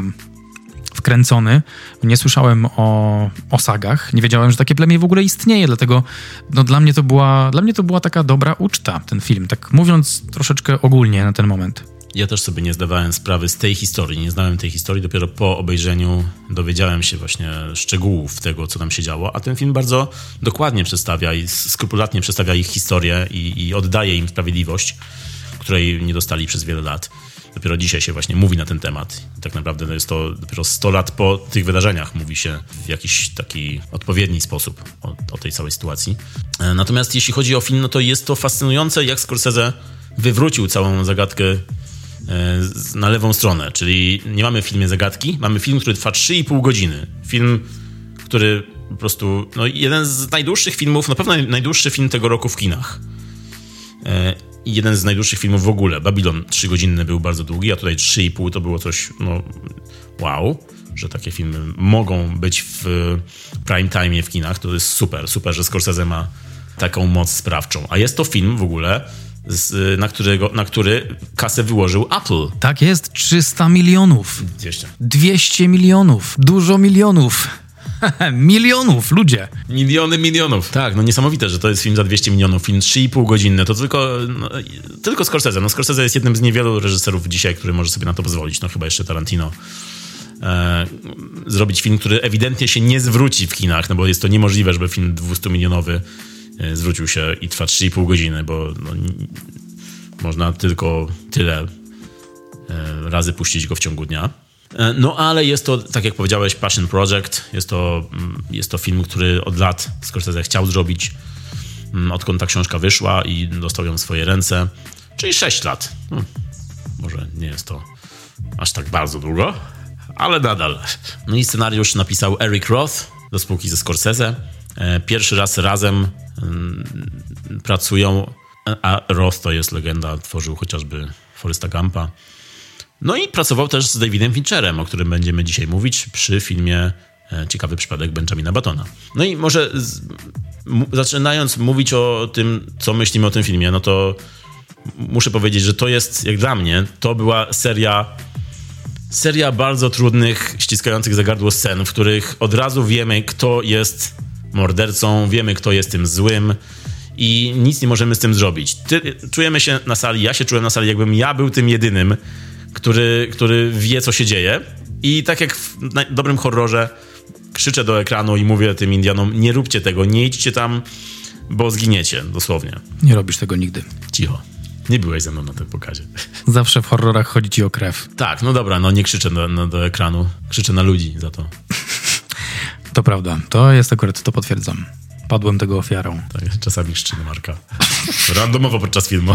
wkręcony. Nie słyszałem o sagach. Nie wiedziałem, że takie plemię w ogóle istnieje, dlatego dla mnie to była taka dobra uczta, ten film. Tak mówiąc troszeczkę ogólnie na ten moment. Ja też sobie nie zdawałem sprawy z tej historii. Nie znałem tej historii. Dopiero po obejrzeniu dowiedziałem się właśnie szczegółów tego, co tam się działo. A ten film bardzo dokładnie przedstawia i skrupulatnie przedstawia ich historię i oddaje im sprawiedliwość, której nie dostali przez wiele lat. Dopiero dzisiaj się właśnie mówi na ten temat. I tak naprawdę jest to dopiero 100 lat po tych wydarzeniach mówi się w jakiś taki odpowiedni sposób o tej całej sytuacji. Natomiast jeśli chodzi o film, no to jest to fascynujące, jak Scorsese wywrócił całą zagadkę na lewą stronę. Czyli nie mamy w filmie zagadki, mamy film, który trwa 3,5 godziny. Film, który po prostu... jeden z najdłuższych filmów, na pewno najdłuższy film tego roku w kinach. I jeden z najdłuższych filmów w ogóle. Babylon 3-godzinny był bardzo długi, a tutaj 3,5 to było coś, wow, że takie filmy mogą być w prime time w kinach. To jest super, że Scorsese ma taką moc sprawczą. A jest to film w ogóle, na który kasę wyłożył Apple. Tak jest, 300 milionów. 200 milionów, dużo milionów. Milionów, ludzie. Milionów. Tak, niesamowite, że to jest film za 200 milionów, film 3,5 godzinny. To tylko Scorsese. Scorsese jest jednym z niewielu reżyserów dzisiaj, który może sobie na to pozwolić. Chyba jeszcze Tarantino. Zrobić film, który ewidentnie się nie zwróci w kinach, bo jest to niemożliwe, żeby film 200-milionowy zwrócił się i trwa 3,5 godziny, bo można tylko tyle razy puścić go w ciągu dnia. Ale jest to, tak jak powiedziałeś, passion project. Jest to film, który od lat Scorsese chciał zrobić, odkąd ta książka wyszła i dostał ją w swoje ręce. Czyli 6 lat. Może nie jest to aż tak bardzo długo, ale nadal. I scenariusz napisał Eric Roth do spółki ze Scorsese. Pierwszy raz razem pracują, a Roth to jest legenda, tworzył chociażby Forresta Gumpa. I pracował też z Davidem Fincherem, o którym będziemy dzisiaj mówić przy filmie Ciekawy przypadek Benjamina Buttona. I może zaczynając mówić o tym, co myślimy o tym filmie, to muszę powiedzieć, że to jest, jak dla mnie, to była seria bardzo trudnych, ściskających za gardło scen, w których od razu wiemy, kto jest mordercą, wiemy, kto jest tym złym i nic nie możemy z tym zrobić. Czujemy się na sali, ja się czułem na sali, jakbym ja był tym jedynym, który wie, co się dzieje. I tak jak w dobrym horrorze krzyczę do ekranu i mówię tym Indianom, nie róbcie tego, nie idźcie tam, bo zginiecie, dosłownie. Nie robisz tego nigdy. Cicho. Nie byłeś ze mną na tym pokazie. Zawsze w horrorach chodzi ci o krew. Tak, dobra, nie krzyczę do ekranu. Krzyczę na ludzi za to. To prawda, to jest akurat, to potwierdzam. Padłem tego ofiarą. Tak, czasami krzyczę na Marka. Randomowo podczas filmu.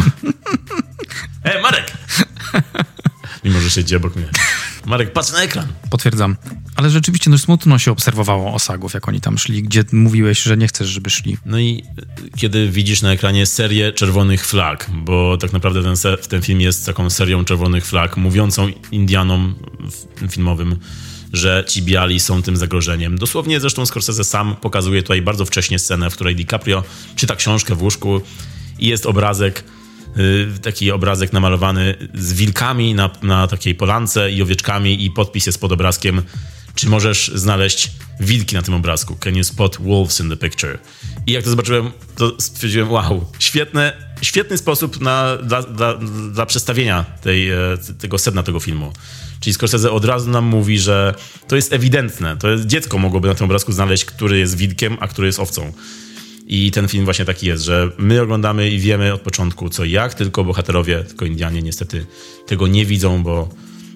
Marek! Mimo, że siedzi obok mnie. Marek, patrz na ekran. Potwierdzam. Ale rzeczywiście no, smutno się obserwowało Osagów, jak oni tam szli, gdzie mówiłeś, że nie chcesz, żeby szli. No i kiedy widzisz na ekranie serię czerwonych flag, bo tak naprawdę ten film jest taką serią czerwonych flag, mówiącą Indianom w tym filmowym, że ci biali są tym zagrożeniem. Dosłownie zresztą Scorsese sam pokazuje tutaj bardzo wcześnie scenę, w której DiCaprio czyta książkę w łóżku i jest obrazek, taki obrazek namalowany z wilkami na takiej polance i owieczkami i podpis jest pod obrazkiem: czy możesz znaleźć wilki na tym obrazku? Can you spot wolves in the picture? I jak to zobaczyłem, to stwierdziłem, wow, świetny sposób dla przedstawienia tego sedna tego filmu. Czyli Scorsese od razu nam mówi, że to jest ewidentne. To jest, dziecko mogłoby na tym obrazku znaleźć, który jest wilkiem, a który jest owcą. I ten film właśnie taki jest, że my oglądamy i wiemy od początku co i jak, tylko bohaterowie, tylko Indianie niestety tego nie widzą, bo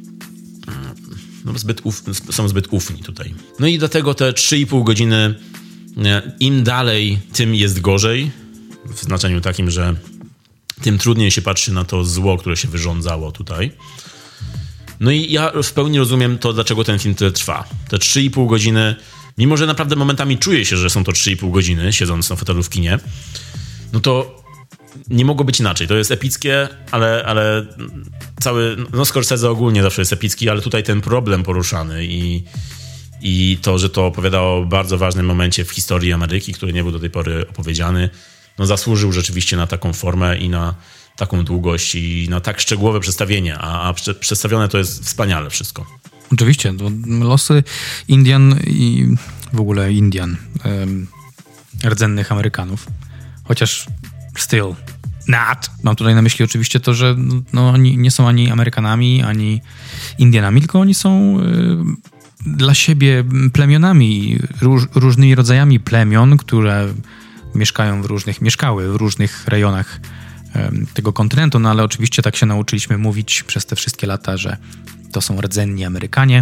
są zbyt ufni tutaj. No i dlatego te 3,5 godziny, im dalej, tym jest gorzej. W znaczeniu takim, że tym trudniej się patrzy na to zło, które się wyrządzało tutaj. No i ja w pełni rozumiem to, dlaczego ten film tyle trwa. Te 3,5 godziny, mimo że naprawdę momentami czuję się, że są to 3,5 godziny, siedząc na fotelu w kinie, no to nie mogło być inaczej. To jest epickie, ale cały... No Scorsese ogólnie zawsze jest epicki, ale tutaj ten problem poruszany i to, że to opowiada o bardzo ważnym momencie w historii Ameryki, który nie był do tej pory opowiedziany, no zasłużył rzeczywiście na taką formę i na taką długość i na tak szczegółowe przedstawienie, a przedstawione to jest wspaniale wszystko. Oczywiście, losy Indian i w ogóle Indian, rdzennych Amerykanów, chociaż still not. Mam tutaj na myśli oczywiście to, że no, oni nie są ani Amerykanami, ani Indianami, tylko oni są dla siebie plemionami, różnymi rodzajami plemion, które mieszkały w różnych rejonach tego kontynentu, no ale oczywiście tak się nauczyliśmy mówić przez te wszystkie lata, że to są rdzenni Amerykanie.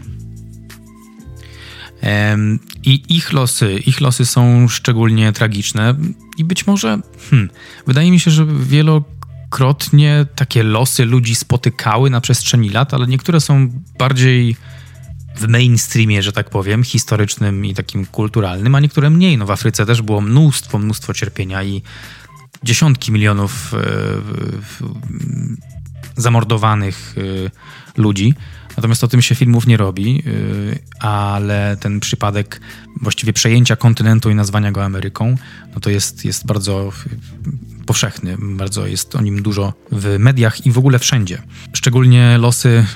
I ich losy są szczególnie tragiczne i być może, wydaje mi się, że wielokrotnie takie losy ludzi spotykały na przestrzeni lat, ale niektóre są bardziej w mainstreamie, że tak powiem, historycznym i takim kulturalnym, a niektóre mniej. No w Afryce też było mnóstwo cierpienia i dziesiątki milionów zamordowanych ludzi. Natomiast o tym się filmów nie robi, ale ten przypadek właściwie przejęcia kontynentu i nazwania go Ameryką, no to jest bardzo powszechny, bardzo jest o nim dużo w mediach i w ogóle wszędzie. Szczególnie losy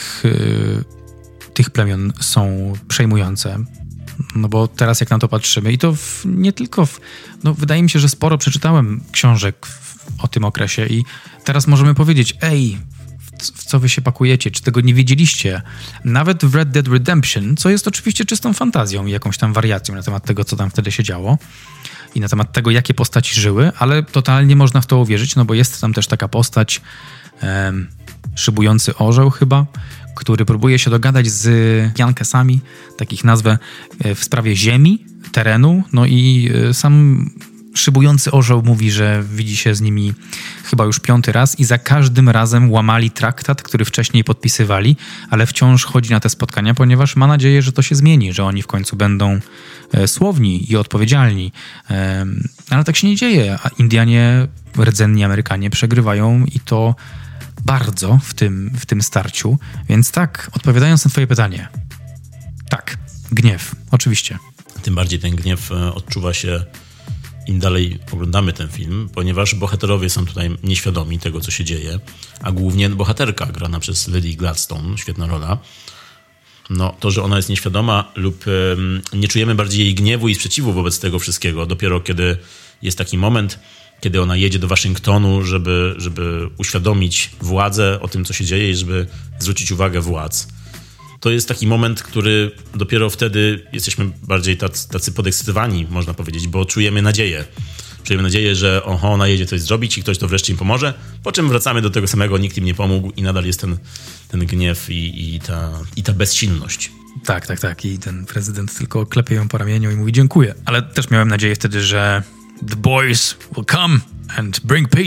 tych plemion są przejmujące. No bo teraz jak na to patrzymy i to nie tylko no wydaje mi się, że sporo przeczytałem książek o tym okresie i teraz możemy powiedzieć, w co wy się pakujecie, czy tego nie wiedzieliście. Nawet w Red Dead Redemption, co jest oczywiście czystą fantazją i jakąś tam wariacją na temat tego, co tam wtedy się działo i na temat tego, jakie postaci żyły, ale totalnie można w to uwierzyć, no bo jest tam też taka postać, szybujący orzeł chyba, który próbuje się dogadać z Yankesami, takich nazwę, w sprawie ziemi, terenu, no i sam szybujący orzeł mówi, że widzi się z nimi chyba już 5. raz i za każdym razem łamali traktat, który wcześniej podpisywali, ale wciąż chodzi na te spotkania, ponieważ ma nadzieję, że to się zmieni, że oni w końcu będą słowni i odpowiedzialni. Ale tak się nie dzieje, a Indianie, rdzenni Amerykanie przegrywają i to bardzo w tym starciu. Więc tak, odpowiadając na twoje pytanie, tak, gniew, oczywiście. Tym bardziej ten gniew odczuwa się im dalej oglądamy ten film, ponieważ bohaterowie są tutaj nieświadomi tego, co się dzieje, a głównie bohaterka grana przez Lily Gladstone, świetna rola. No, to, że ona jest nieświadoma lub nie czujemy bardziej jej gniewu i sprzeciwu wobec tego wszystkiego, dopiero kiedy jest taki moment, kiedy ona jedzie do Waszyngtonu, żeby uświadomić władzę o tym, co się dzieje i żeby zwrócić uwagę władz. To jest taki moment, który dopiero wtedy jesteśmy bardziej tacy podekscytowani, można powiedzieć, bo czujemy nadzieję. Czujemy nadzieję, że ona jedzie coś zrobić i ktoś to wreszcie im pomoże, po czym wracamy do tego samego, nikt im nie pomógł i nadal jest ten gniew i ta bezsilność. Tak. I ten prezydent tylko klepie ją po ramieniu i mówi dziękuję. Ale też miałem nadzieję wtedy, że the boys will come and bring peace.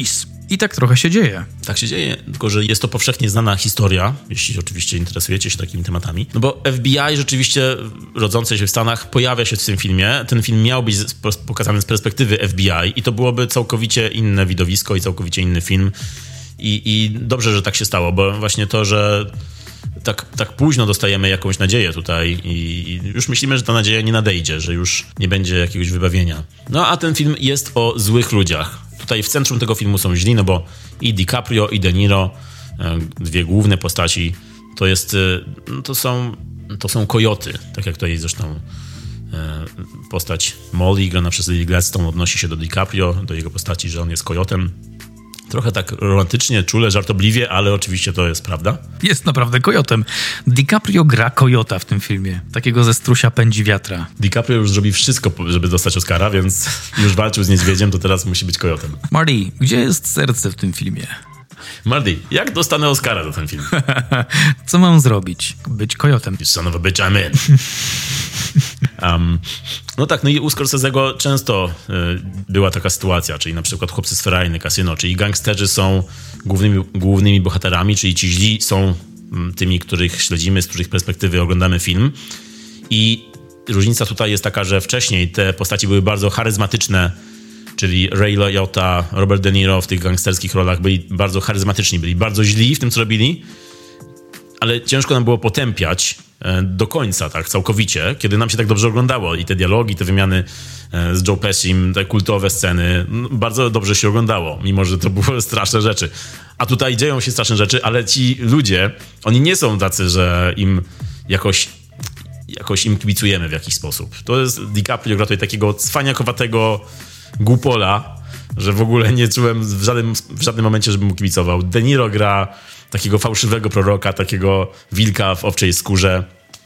I tak trochę się dzieje. Tak się dzieje, tylko że jest to powszechnie znana historia, jeśli oczywiście interesujecie się takimi tematami. No bo FBI rzeczywiście rodzące się w Stanach pojawia się w tym filmie. Ten film miał być pokazany z perspektywy FBI i to byłoby całkowicie inne widowisko i całkowicie inny film. I dobrze, że tak się stało, bo właśnie to, że tak późno dostajemy jakąś nadzieję tutaj i już myślimy, że ta nadzieja nie nadejdzie, że już nie będzie jakiegoś wybawienia. No a ten film jest o złych ludziach. Tutaj w centrum tego filmu są źli, no bo i DiCaprio, i De Niro, dwie główne postaci, to są kojoty, tak jak tutaj zresztą postać Molly, grana przez Lily Gladstone, odnosi się do DiCaprio, do jego postaci, że on jest kojotem. Trochę tak romantycznie, czule, żartobliwie, ale oczywiście to jest prawda. Jest naprawdę kojotem. DiCaprio gra kojota w tym filmie. Takiego ze strusia pędzi wiatra. DiCaprio już zrobi wszystko, żeby dostać Oscara, więc już walczył z niedźwiedziem, to teraz musi być kojotem. Marty, gdzie jest serce w tym filmie? Marty, jak dostanę Oscara za ten film? Co mam zrobić? Być kojotem. You son of a bitch, I'm in. No tak, no i u Scorsese'ego często była taka sytuacja, czyli na przykład Chłopcy z Ferrari, Casino, czyli gangsterzy są głównymi bohaterami, czyli ci źli są tymi, których śledzimy, z których perspektywy oglądamy film. I różnica tutaj jest taka, że wcześniej te postaci były bardzo charyzmatyczne, czyli Ray Liotta, Robert De Niro w tych gangsterskich rolach byli bardzo charyzmatyczni, byli bardzo źli w tym, co robili, ale ciężko nam było potępiać do końca, tak, całkowicie, kiedy nam się tak dobrze oglądało i te dialogi, te wymiany z Joe Pescim, te kultowe sceny, bardzo dobrze się oglądało, mimo że to były straszne rzeczy. A tutaj dzieją się straszne rzeczy, ale ci ludzie, oni nie są tacy, że im jakoś im kibicujemy w jakiś sposób. To jest DiCaprio gra tutaj takiego cwaniakowatego głupola, że w ogóle nie czułem w żadnym momencie, żebym mu kibicował. De Niro gra takiego fałszywego proroka, takiego wilka w owczej skórze.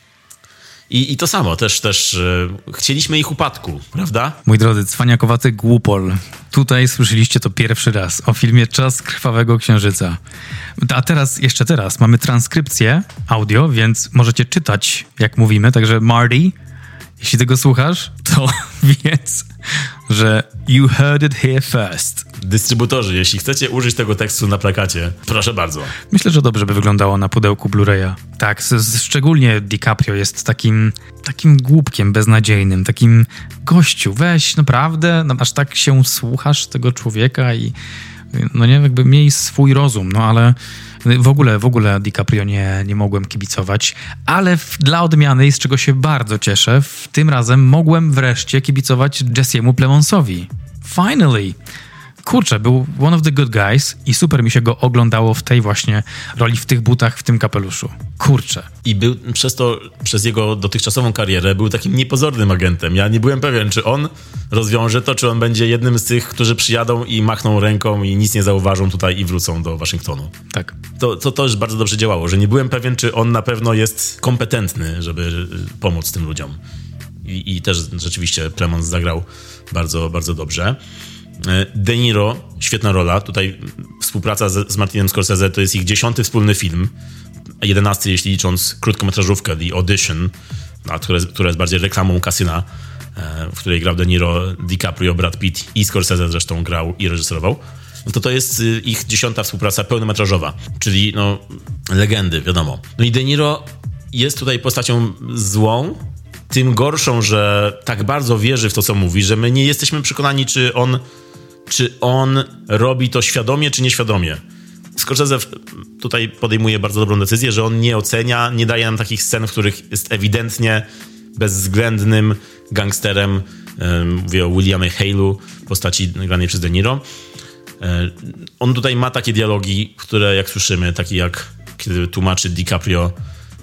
I to samo, też chcieliśmy ich upadku, prawda? Mój drodzy, cwaniakowaty głupol. Tutaj słyszeliście to pierwszy raz o filmie Czas Krwawego Księżyca. A jeszcze teraz mamy transkrypcję audio, więc możecie czytać, jak mówimy. Także Marty, jeśli tego słuchasz, to wiedz, że you heard it here first. Dystrybutorzy, jeśli chcecie użyć tego tekstu na plakacie, proszę bardzo. Myślę, że dobrze by wyglądało na pudełku Blu-raya. Tak, szczególnie DiCaprio jest takim głupkiem beznadziejnym, takim gościu, weź naprawdę, aż tak się słuchasz tego człowieka i no nie, jakby miej swój rozum, no ale w ogóle DiCaprio nie mogłem kibicować, ale dla odmiany, i z czego się bardzo cieszę, tym razem mogłem wreszcie kibicować Jesse'emu Plemons'owi. Finally! Kurczę, był one of the good guys i super mi się go oglądało w tej właśnie roli, w tych butach, w tym kapeluszu. Kurczę. I był przez jego dotychczasową karierę był takim niepozornym agentem. Ja nie byłem pewien, czy on rozwiąże to, czy on będzie jednym z tych, którzy przyjadą i machną ręką i nic nie zauważą tutaj i wrócą do Waszyngtonu. Tak. To już bardzo dobrze działało, że nie byłem pewien, czy on na pewno jest kompetentny, żeby pomóc tym ludziom. I też rzeczywiście Plemons zagrał bardzo, bardzo dobrze. De Niro, świetna rola. Tutaj współpraca z Martinem Scorsese to jest ich 10. wspólny film. 11, jeśli licząc krótkometrażówkę The Audition, która jest bardziej reklamą Casyna, w której grał De Niro, DiCaprio, Brad Pitt i Scorsese zresztą grał i reżyserował. No to jest ich 10. współpraca pełnometrażowa, czyli no legendy, wiadomo. No i De Niro jest tutaj postacią złą, tym gorszą, że tak bardzo wierzy w to, co mówi, że my nie jesteśmy przekonani, czy on robi to świadomie, czy nieświadomie. Scorsese tutaj podejmuje bardzo dobrą decyzję, że on nie ocenia, nie daje nam takich scen, w których jest ewidentnie bezwzględnym gangsterem. Mówię o Williamie Hale'u, postaci granej przez De Niro. On tutaj ma takie dialogi, które jak słyszymy, takie jak kiedy tłumaczy DiCaprio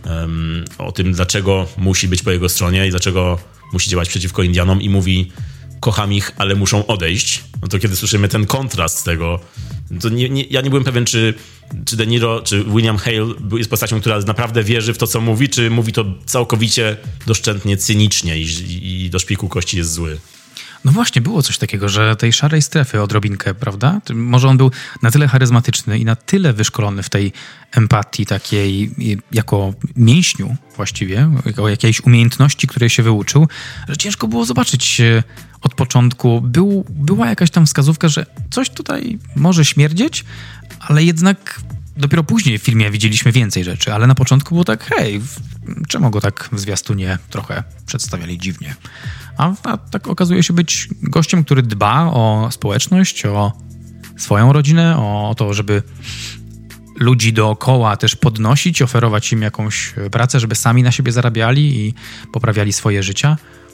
o tym, dlaczego musi być po jego stronie i dlaczego musi działać przeciwko Indianom i mówi, kocham ich, ale muszą odejść. No to kiedy słyszymy ten kontrast tego, to ja nie byłem pewien, czy De Niro, czy William Hale jest postacią, która naprawdę wierzy w to, co mówi, czy mówi to całkowicie doszczętnie, cynicznie i do szpiku kości jest zły. No właśnie, było coś takiego, że tej szarej strefy odrobinkę, prawda? Może on był na tyle charyzmatyczny i na tyle wyszkolony w tej empatii takiej jako mięśniu właściwie, jako jakiejś umiejętności, której się wyuczył, że ciężko było zobaczyć od początku. Była jakaś tam wskazówka, że coś tutaj może śmierdzieć, ale jednak dopiero później w filmie widzieliśmy więcej rzeczy, ale na początku było tak, hej, czemu go tak w zwiastunie trochę przedstawiali dziwnie? A tak okazuje się być gościem, który dba o społeczność, o swoją rodzinę, o to, żeby ludzi dookoła też podnosić, oferować im jakąś pracę, żeby sami na siebie zarabiali i poprawiali swoje życia.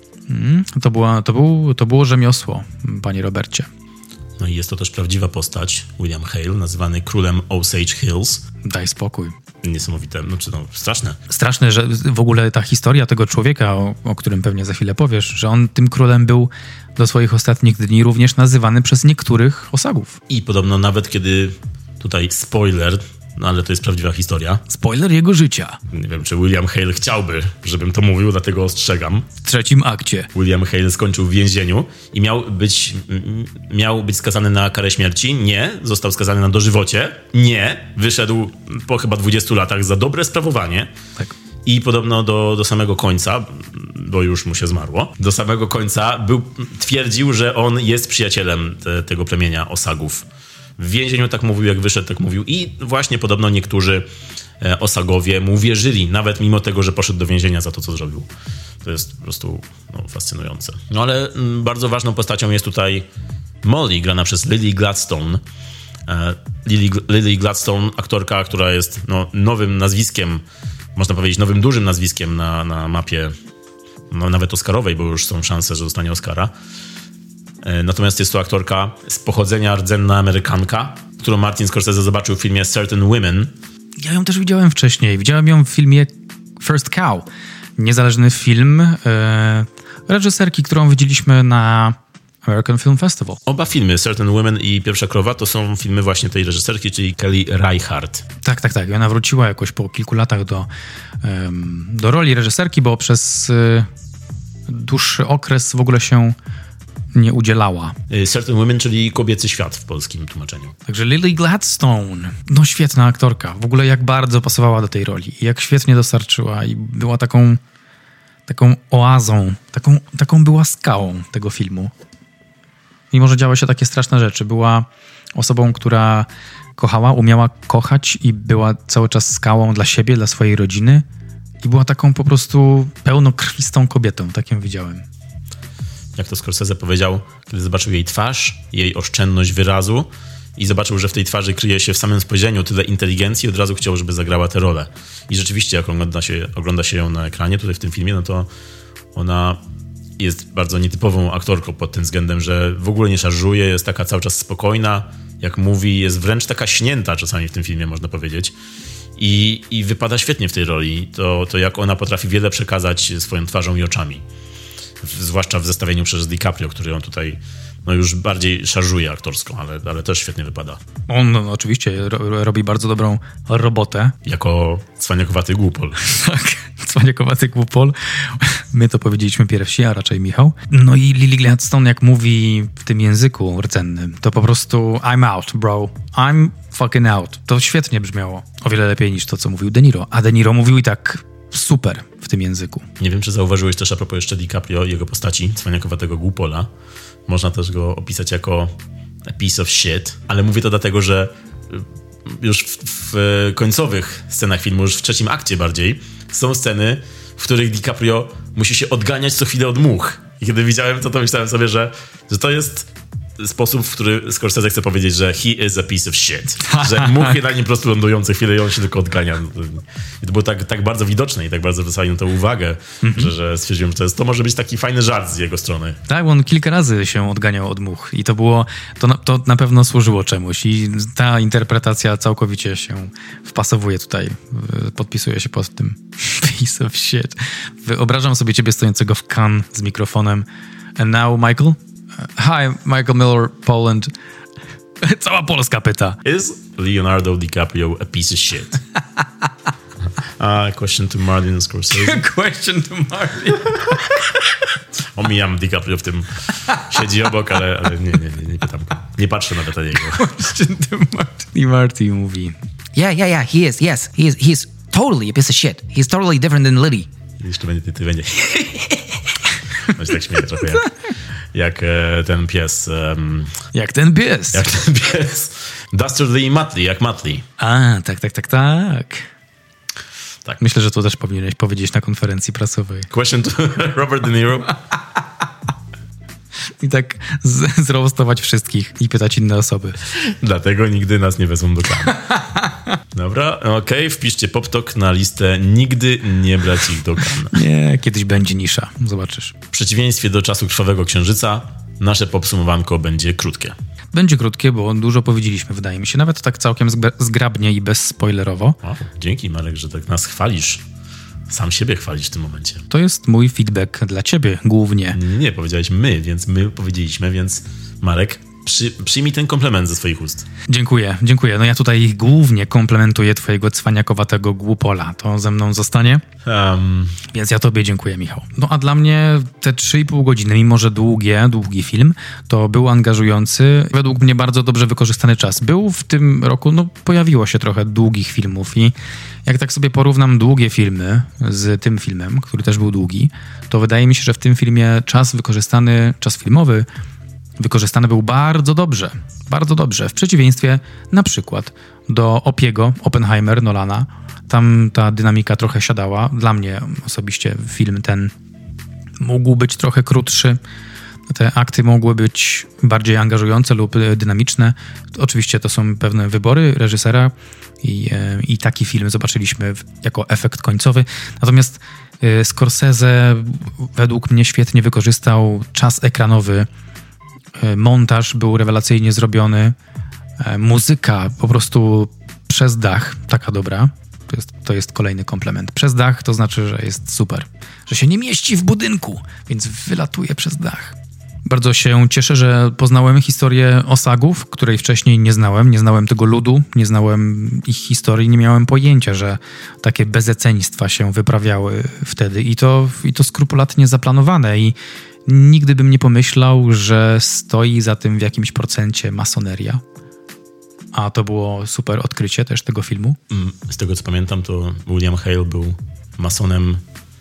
To było rzemiosło, panie Robercie. No i jest to też prawdziwa postać, William Hale, nazywany królem Osage Hills. Daj spokój. Niesamowite, straszne. Straszne, że w ogóle ta historia tego człowieka, o którym pewnie za chwilę powiesz, że on tym królem był do swoich ostatnich dni również nazywany przez niektórych Osagów. I podobno nawet kiedy, tutaj spoiler, no ale to jest prawdziwa historia. Spoiler jego życia. Nie wiem, czy William Hale chciałby, żebym to mówił, dlatego ostrzegam. W 3. akcie. William Hale skończył w więzieniu i miał być skazany na karę śmierci. Nie. Został skazany na dożywocie. Nie. Wyszedł po chyba 20 latach za dobre sprawowanie. Tak. I podobno do samego końca, bo już mu się zmarło, do samego końca twierdził, że on jest przyjacielem tego plemienia Osagów. W więzieniu tak mówił, jak wyszedł, tak mówił. I właśnie podobno niektórzy Osagowie mu wierzyli, nawet mimo tego, że poszedł do więzienia za to, co zrobił. To jest po prostu fascynujące. No ale bardzo ważną postacią jest tutaj Molly, grana przez Lily Gladstone. Lily Gladstone, aktorka, która jest nowym nazwiskiem, można powiedzieć nowym dużym nazwiskiem na mapie nawet oscarowej, bo już są szanse, że dostanie Oscara. Natomiast jest to aktorka z pochodzenia rdzenna Amerykanka, którą Martin Scorsese zobaczył w filmie Certain Women. Ja ją też widziałem wcześniej. Widziałem ją w filmie First Cow. Niezależny film reżyserki, którą widzieliśmy na American Film Festival. Oba filmy, Certain Women i Pierwsza krowa, to są filmy właśnie tej reżyserki, czyli Kelly Reichardt. Tak. I ona wróciła jakoś po kilku latach do roli reżyserki, bo przez dłuższy okres w ogóle się nie udzielała. Certain Women, czyli Kobiecy świat w polskim tłumaczeniu. Także Lily Gladstone, świetna aktorka. W ogóle jak bardzo pasowała do tej roli. Jak świetnie dostarczyła i była taką oazą, taką była skałą tego filmu. Mimo że działy się takie straszne rzeczy. Była osobą, która kochała, umiała kochać i była cały czas skałą dla siebie, dla swojej rodziny. I była taką po prostu pełnokrwistą kobietą. Tak ją widziałem. Jak to Scorsese powiedział, kiedy zobaczył jej twarz, jej oszczędność wyrazu i zobaczył, że w tej twarzy kryje się w samym spojrzeniu tyle inteligencji, od razu chciał, żeby zagrała tę rolę. I rzeczywiście, jak ogląda się ją na ekranie, tutaj w tym filmie, no to ona jest bardzo nietypową aktorką pod tym względem, że w ogóle nie szarżuje, jest taka cały czas spokojna, jak mówi, jest wręcz taka śnięta czasami w tym filmie, można powiedzieć. I wypada świetnie w tej roli. To jak ona potrafi wiele przekazać swoją twarzą i oczami. Zwłaszcza w zestawieniu przez DiCaprio, który on tutaj już bardziej szarżuje aktorsko, ale też świetnie wypada. On oczywiście robi bardzo dobrą robotę. Jako cwaniakowaty głupol. Tak, cwaniakowaty głupol. My to powiedzieliśmy pierwsi, a raczej Michał. No i Lily Gladstone, jak mówi w tym języku rdzennym, to po prostu I'm out, bro. I'm fucking out. To świetnie brzmiało. O wiele lepiej niż to, co mówił De Niro. A De Niro mówił i tak super w tym języku. Nie wiem, czy zauważyłeś też a propos jeszcze DiCaprio, jego postaci, cwaniakowatego głupola. Można też go opisać jako a piece of shit, ale mówię to dlatego, że już w końcowych scenach filmu, już w 3. akcie bardziej, są sceny, w których DiCaprio musi się odganiać co chwilę od much. I kiedy widziałem to myślałem sobie, że to jest sposób, w który Scorsese chce powiedzieć, że he is a piece of shit. Że muchy na nim po prostu lądują co chwilę i on się tylko odgania. I to było tak bardzo widoczne i tak bardzo zwracali na to uwagę, że stwierdziłem, że to może być taki fajny żart z jego strony. Tak, bo on kilka razy się odganiał od much i to na pewno służyło czemuś i ta interpretacja całkowicie się wpasowuje tutaj. Podpisuje się pod tym piece of shit. Wyobrażam sobie ciebie stojącego w Cannes z mikrofonem. And now, Michael? Hi, Michael Miller, Poland. Cała Polska pyta. Is Leonardo DiCaprio a piece of shit? Question to Martin Scorsese. Question to Martin. Omijam DiCaprio w tym. Siedzi obok, ale nie pytam go. Nie patrzę nawet na niego. Question to Martin. I Martin mówi. Yeah, he is. Yes, he is totally a piece of shit. He's totally different than Liddy. Jeszcze będzie. No się tak śmieję trochę jak ten pies. Jak ten pies. Dastardly i Muttley, jak Muttley. Tak. Myślę, że to też powinieneś powiedzieć na konferencji prasowej. Question to Robert De Niro. I tak zroastować wszystkich i pytać inne osoby. Dlatego nigdy nas nie wezmą do Cannes. Dobra, okej, wpiszcie PopTok na listę nigdy nie brać ich do Cannes. Nie, kiedyś będzie nisza, zobaczysz. W przeciwieństwie do Czasu Krwawego Księżyca, nasze podsumowanko będzie krótkie. Będzie krótkie, bo dużo powiedzieliśmy, wydaje mi się. Nawet tak całkiem zgrabnie i bezspoilerowo. O, dzięki, Marek, że tak nas chwalisz. Sam siebie chwalisz w tym momencie. To jest mój feedback dla ciebie głównie. Nie, powiedziałeś my, więc my powiedzieliśmy, więc Marek, przyjmij ten komplement ze swoich ust. Dziękuję. No ja tutaj głównie komplementuję twojego cwaniakowatego głupola. To ze mną zostanie? Więc ja tobie dziękuję, Michał. No a dla mnie te 3,5 godziny, mimo że długi film, to był angażujący, według mnie bardzo dobrze wykorzystany czas. Był w tym roku, pojawiło się trochę długich filmów i jak tak sobie porównam długie filmy z tym filmem, który też był długi, to wydaje mi się, że w tym filmie czas filmowy wykorzystany był bardzo dobrze. W przeciwieństwie na przykład do Oppenheimer Nolana. Tam ta dynamika trochę siadała. Dla mnie osobiście film ten mógł być trochę krótszy. Te akty mogły być bardziej angażujące lub dynamiczne. Oczywiście to są pewne wybory reżysera i taki film zobaczyliśmy jako efekt końcowy. Natomiast Scorsese według mnie świetnie wykorzystał czas ekranowy. Montaż był rewelacyjnie zrobiony. Muzyka po prostu przez dach, taka dobra. To jest kolejny komplement. Przez dach to znaczy, że jest super. Że się nie mieści w budynku, więc wylatuje przez dach. Bardzo się cieszę, że poznałem historię Osagów, której wcześniej nie znałem. Nie znałem tego ludu, nie znałem ich historii, nie miałem pojęcia, że takie bezeceństwa się wyprawiały wtedy. I to skrupulatnie zaplanowane i nigdy bym nie pomyślał, że stoi za tym w jakimś procencie masoneria. A to było super odkrycie też tego filmu. Z tego co pamiętam, to William Hale był masonem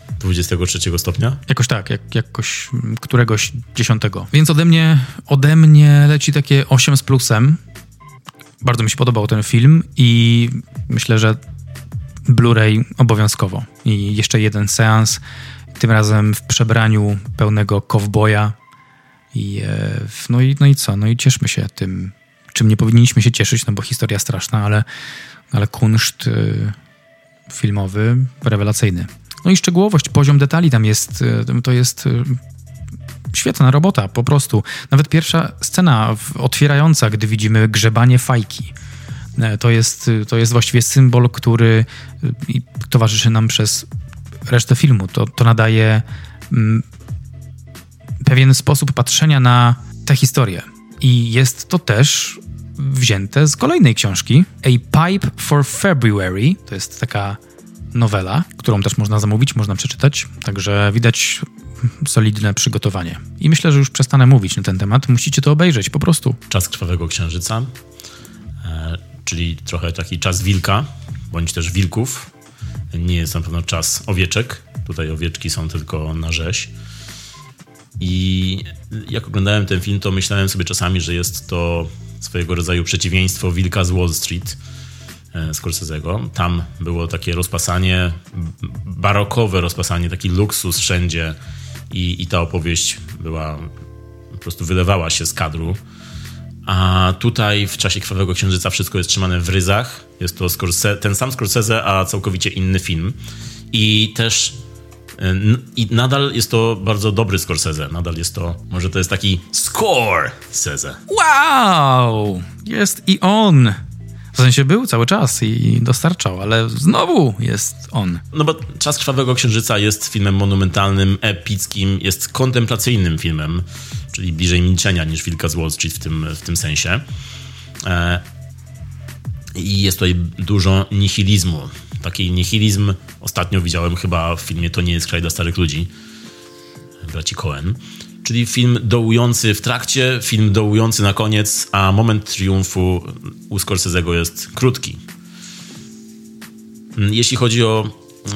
23 stopnia? Jakoś tak, jakoś któregoś 10. Więc ode mnie leci takie 8 z plusem. Bardzo mi się podobał ten film i myślę, że Blu-ray obowiązkowo. I jeszcze jeden seans, tym razem w przebraniu pełnego kowboja. No i co? No i cieszmy się tym, czym nie powinniśmy się cieszyć, no bo historia straszna, ale kunszt filmowy rewelacyjny. No i szczegółowość, poziom detali tam jest, to jest świetna robota, po prostu. Nawet pierwsza scena otwierająca, gdy widzimy grzebanie fajki. To jest właściwie symbol, który towarzyszy nam przez resztę filmu. To nadaje pewien sposób patrzenia na tę historię. I jest to też wzięte z kolejnej książki. A Pipe for February. To jest taka nowela, którą też można zamówić, można przeczytać. Także widać solidne przygotowanie. I myślę, że już przestanę mówić na ten temat. Musicie to obejrzeć po prostu. Czas Krwawego Księżyca, czyli trochę taki czas wilka, bądź też wilków. Nie jest na pewno czas owieczek. Tutaj owieczki są tylko na rzeź. I jak oglądałem ten film, to myślałem sobie czasami, że jest to swojego rodzaju przeciwieństwo Wilka z Wall Street Scorsese'ego. Tam było takie rozpasanie, barokowe rozpasanie, taki luksus wszędzie i ta opowieść była, po prostu wylewała się z kadru. A tutaj w Czasie Krwawego Księżyca wszystko jest trzymane w ryzach. Jest to ten sam Scorsese, a całkowicie inny film. I nadal jest to bardzo dobry Scorsese. Nadal jest to, może to jest taki Scorsese. Wow! Jest i on. W sensie był cały czas i dostarczał, ale znowu jest on. No bo Czas Krwawego Księżyca jest filmem monumentalnym, epickim, jest kontemplacyjnym filmem, czyli bliżej milczenia niż Wilka z Wall Street w tym sensie. I jest tutaj dużo nihilizmu. Taki nihilizm ostatnio widziałem chyba w filmie To nie jest kraj dla starych ludzi, braci Coen. Czyli film dołujący w trakcie, film dołujący na koniec, a moment triumfu u Scorsese'ego jest krótki. Jeśli chodzi o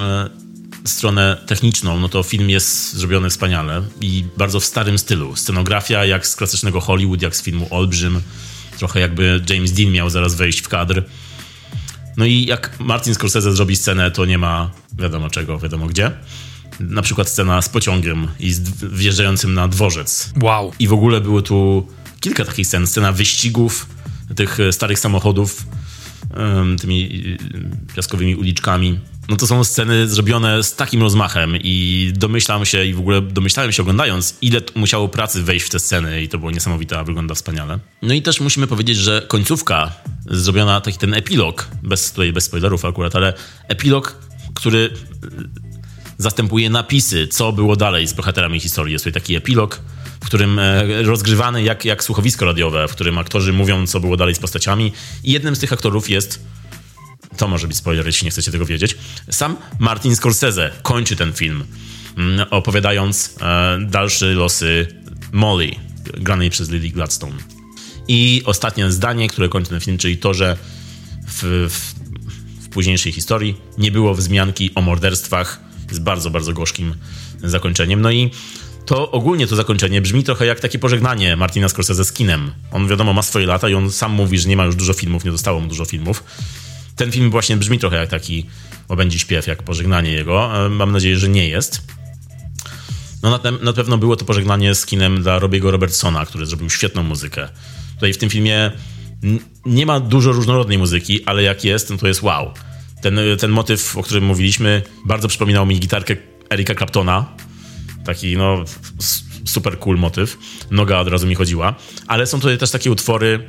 stronę techniczną, no to film jest zrobiony wspaniale i bardzo w starym stylu. Scenografia jak z klasycznego Hollywood, jak z filmu Olbrzym. Trochę jakby James Dean miał zaraz wejść w kadr. No i jak Martin Scorsese zrobi scenę, to nie ma wiadomo czego, wiadomo gdzie. Na przykład scena z pociągiem i wjeżdżającym na dworzec. Wow. I w ogóle było tu kilka takich scen. Scena wyścigów tych starych samochodów tymi piaskowymi uliczkami. No to są sceny zrobione z takim rozmachem i domyślałem się oglądając, ile musiało pracy wejść w te sceny i to było niesamowite, a wygląda wspaniale. No i też musimy powiedzieć, że końcówka zrobiona, taki ten epilog, bez spoilerów akurat, ale epilog, który zastępuje napisy, co było dalej z bohaterami historii. Jest tutaj taki epilog, w którym rozgrywany jak słuchowisko radiowe, w którym aktorzy mówią, co było dalej z postaciami i jednym z tych aktorów jest, to może być spoiler, jeśli nie chcecie tego wiedzieć, sam Martin Scorsese kończy ten film, opowiadając dalsze losy Molly, granej przez Lily Gladstone. I ostatnie zdanie, które kończy ten film, czyli to, że w późniejszej historii nie było wzmianki o morderstwach, z bardzo, bardzo gorzkim zakończeniem. No i to ogólnie to zakończenie brzmi trochę jak takie pożegnanie Martina Scorsese z kinem. On wiadomo ma swoje lata i on sam mówi, że nie ma już dużo filmów, nie zostało mu dużo filmów. Ten film właśnie brzmi trochę jak taki łabędzi śpiew, jak pożegnanie jego. Mam nadzieję, że nie jest. No na pewno było to pożegnanie z kinem dla Robiego Robertsona, który zrobił świetną muzykę. Tutaj w tym filmie nie ma dużo różnorodnej muzyki, ale jak jest, no to jest wow. Ten motyw, o którym mówiliśmy, bardzo przypominał mi gitarkę Erika Claptona. Taki, no, super cool motyw. Noga od razu mi chodziła. Ale są tutaj też takie utwory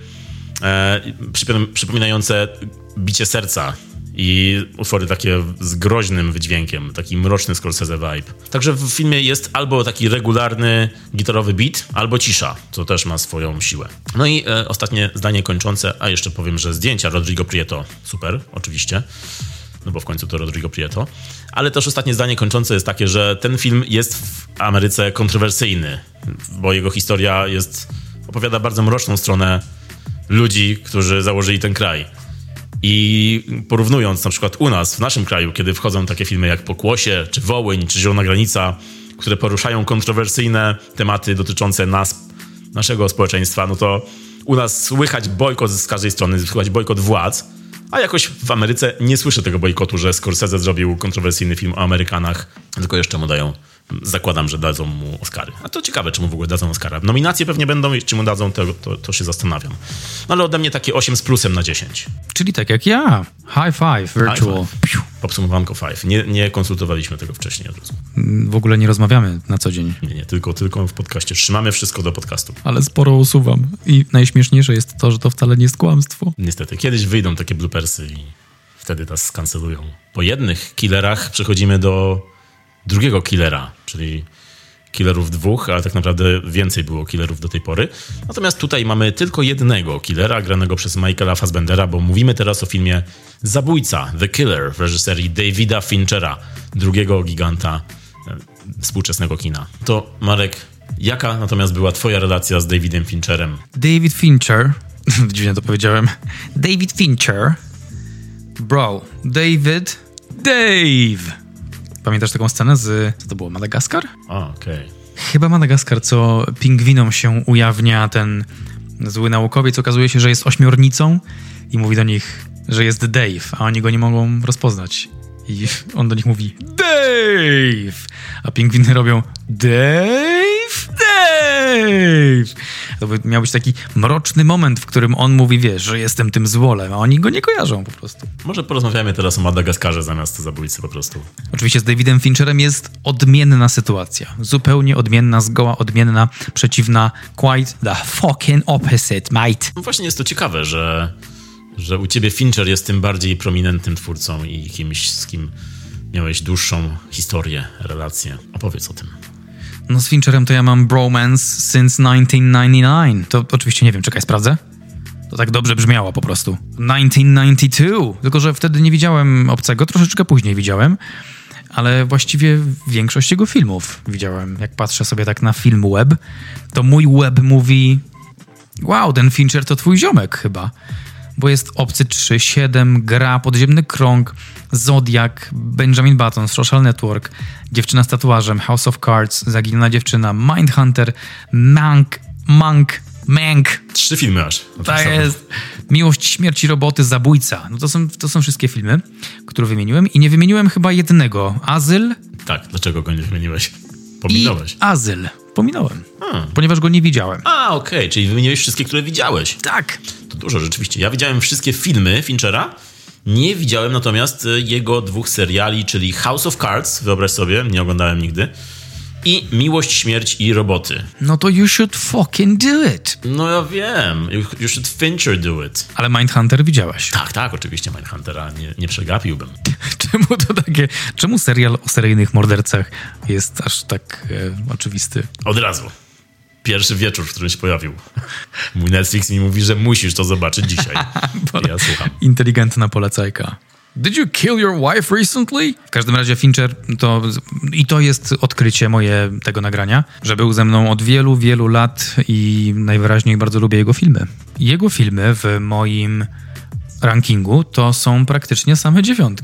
przypominające bicie serca i utwory takie z groźnym wydźwiękiem, taki mroczny Scorsese vibe. Także w filmie jest albo taki regularny gitarowy beat, albo cisza, co też ma swoją siłę. No i ostatnie zdanie kończące, a jeszcze powiem, że zdjęcia Rodrigo Prieto, super, oczywiście, no bo w końcu to Rodrigo Prieto, ale też ostatnie zdanie kończące jest takie, że ten film jest w Ameryce kontrowersyjny, bo jego historia opowiada bardzo mroczną stronę ludzi, którzy założyli ten kraj. I porównując na przykład u nas, w naszym kraju, kiedy wchodzą takie filmy jak Pokłosie, czy Wołyń, czy Zielona Granica, które poruszają kontrowersyjne tematy dotyczące nas, naszego społeczeństwa, no to u nas słychać bojkot z każdej strony, słychać bojkot władz, a jakoś w Ameryce nie słyszę tego bojkotu, że Scorsese zrobił kontrowersyjny film o Amerykanach, tylko jeszcze mu dają, zakładam, że dadzą mu Oscary. A to ciekawe, czy mu w ogóle dadzą Oscara. Nominacje pewnie będą, czy mu dadzą, to się zastanawiam. No ale ode mnie takie 8 z plusem na 10. Czyli tak jak ja. High five, virtual. Podsumowanko 5. Nie konsultowaliśmy tego wcześniej od razu. W ogóle nie rozmawiamy na co dzień. Nie, tylko w podcaście. Trzymamy wszystko do podcastu. Ale sporo usuwam. I najśmieszniejsze jest to, że to wcale nie jest kłamstwo. Niestety. Kiedyś wyjdą takie bloopersy i wtedy nas skancelują. Po jednych killerach przechodzimy do drugiego killera, czyli killerów 2, ale tak naprawdę więcej było killerów do tej pory. Natomiast tutaj mamy tylko jednego killera, granego przez Michaela Fassbendera, bo mówimy teraz o filmie Zabójca, The Killer w reżyserii Davida Finchera, drugiego giganta współczesnego kina. To Marek, jaka natomiast była twoja relacja z Davidem Fincherem? David Fincher, dziwnie to powiedziałem, David Fincher, bro, Dave. Pamiętasz taką scenę co to było, Madagaskar? Okej. Chyba Madagaskar, co pingwinom się ujawnia ten zły naukowiec, okazuje się, że jest ośmiornicą i mówi do nich, że jest Dave, a oni go nie mogą rozpoznać. I on do nich mówi Dave! A pingwiny robią Dave! To miał być taki mroczny moment, w którym on mówi, wiesz, że jestem tym złolem, a oni go nie kojarzą po prostu. Może porozmawiamy teraz o Madagaskarze zamiast Zabójcy po prostu. Oczywiście z Davidem Fincherem jest odmienna sytuacja. Zupełnie odmienna, zgoła odmienna, przeciwna, quite the fucking opposite, mate. No właśnie jest to ciekawe, że u ciebie Fincher jest tym bardziej prominentnym twórcą i kimś, z kim miałeś dłuższą historię, relację. Opowiedz o tym. No z Fincherem to ja mam bromance since 1999. To oczywiście nie wiem, czekaj, sprawdzę. To tak dobrze brzmiało po prostu. 1992. Tylko że wtedy nie widziałem Obcego, troszeczkę później widziałem, ale właściwie większość jego filmów widziałem. Jak patrzę sobie tak na film web, to mój web mówi: wow, ten Fincher to twój ziomek chyba. Bo jest Obcy 3, 7, Gra, Podziemny Krąg, Zodiak, Benjamin Button, Social Network, Dziewczyna z tatuażem, House of Cards, Zaginiona dziewczyna, Mindhunter, Mank. 3 filmy aż. Tak jest. Miłość, śmierć i roboty, Zabójca. No to są wszystkie filmy, które wymieniłem i nie wymieniłem chyba jednego. Azyl. Tak, dlaczego go nie wymieniłeś? Pominąłeś. I Azyl. Pominąłem, ponieważ go nie widziałem. Okej, czyli wymieniłeś wszystkie, które widziałeś. Tak. To dużo rzeczywiście. Ja widziałem wszystkie filmy Finchera, nie widziałem natomiast jego 2 seriali, czyli House of Cards, wyobraź sobie, nie oglądałem nigdy, i Miłość, śmierć i roboty. No to you should fucking do it. No ja wiem. You should Fincher do it. Ale Mindhunter widziałeś. Tak, oczywiście Mindhuntera nie przegapiłbym. Czemu serial o seryjnych mordercach jest aż tak oczywisty? Od razu. Pierwszy wieczór, w którym się pojawił. Mój Netflix mi mówi, że musisz to zobaczyć dzisiaj. Ja słucham. Inteligentna polecajka. Did you kill your wife recently? W każdym razie Fincher, to jest odkrycie moje tego nagrania, że był ze mną od wielu, wielu lat i najwyraźniej bardzo lubię jego filmy. Jego filmy w moim rankingu to są praktycznie same 9.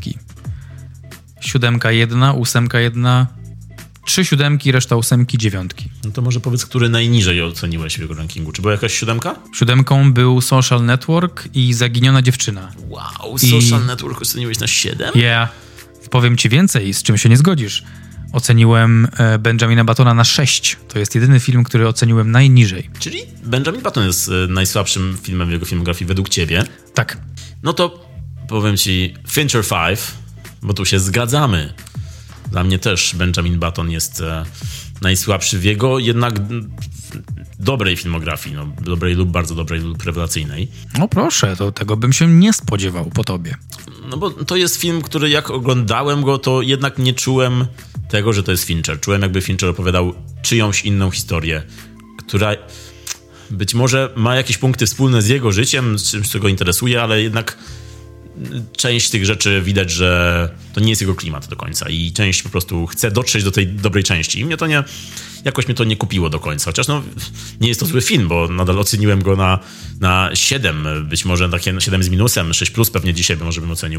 7-1, 8-1, 3 7, reszta 8, 9. No to może powiedz, który najniżej oceniłeś w jego rankingu. Czy była jakaś 7? 7 był Social Network i Zaginiona dziewczyna. Wow, Social Network oceniłeś na 7? Yeah. Powiem ci więcej, z czym się nie zgodzisz. Oceniłem Benjamina Buttona na 6. To jest jedyny film, który oceniłem najniżej. Czyli Benjamin Button jest najsłabszym filmem w jego filmografii według ciebie. Tak. No to powiem ci Fincher 5, bo tu się zgadzamy. Dla mnie też Benjamin Button jest najsłabszy w jego jednak dobrej filmografii. No, dobrej lub bardzo dobrej lub rewelacyjnej. No proszę, to tego bym się nie spodziewał po tobie. No bo to jest film, który jak oglądałem go, to jednak nie czułem tego, że to jest Fincher. Czułem, jakby Fincher opowiadał czyjąś inną historię, która być może ma jakieś punkty wspólne z jego życiem, z czymś, co go interesuje, ale jednak część tych rzeczy widać, że to nie jest jego klimat do końca i część po prostu chce dotrzeć do tej dobrej części. I jakoś mnie to nie kupiło do końca. Chociaż nie jest to zły film, bo nadal oceniłem go na 7. Być może takie 7 z minusem, 6+ pewnie dzisiaj może bym ocenił.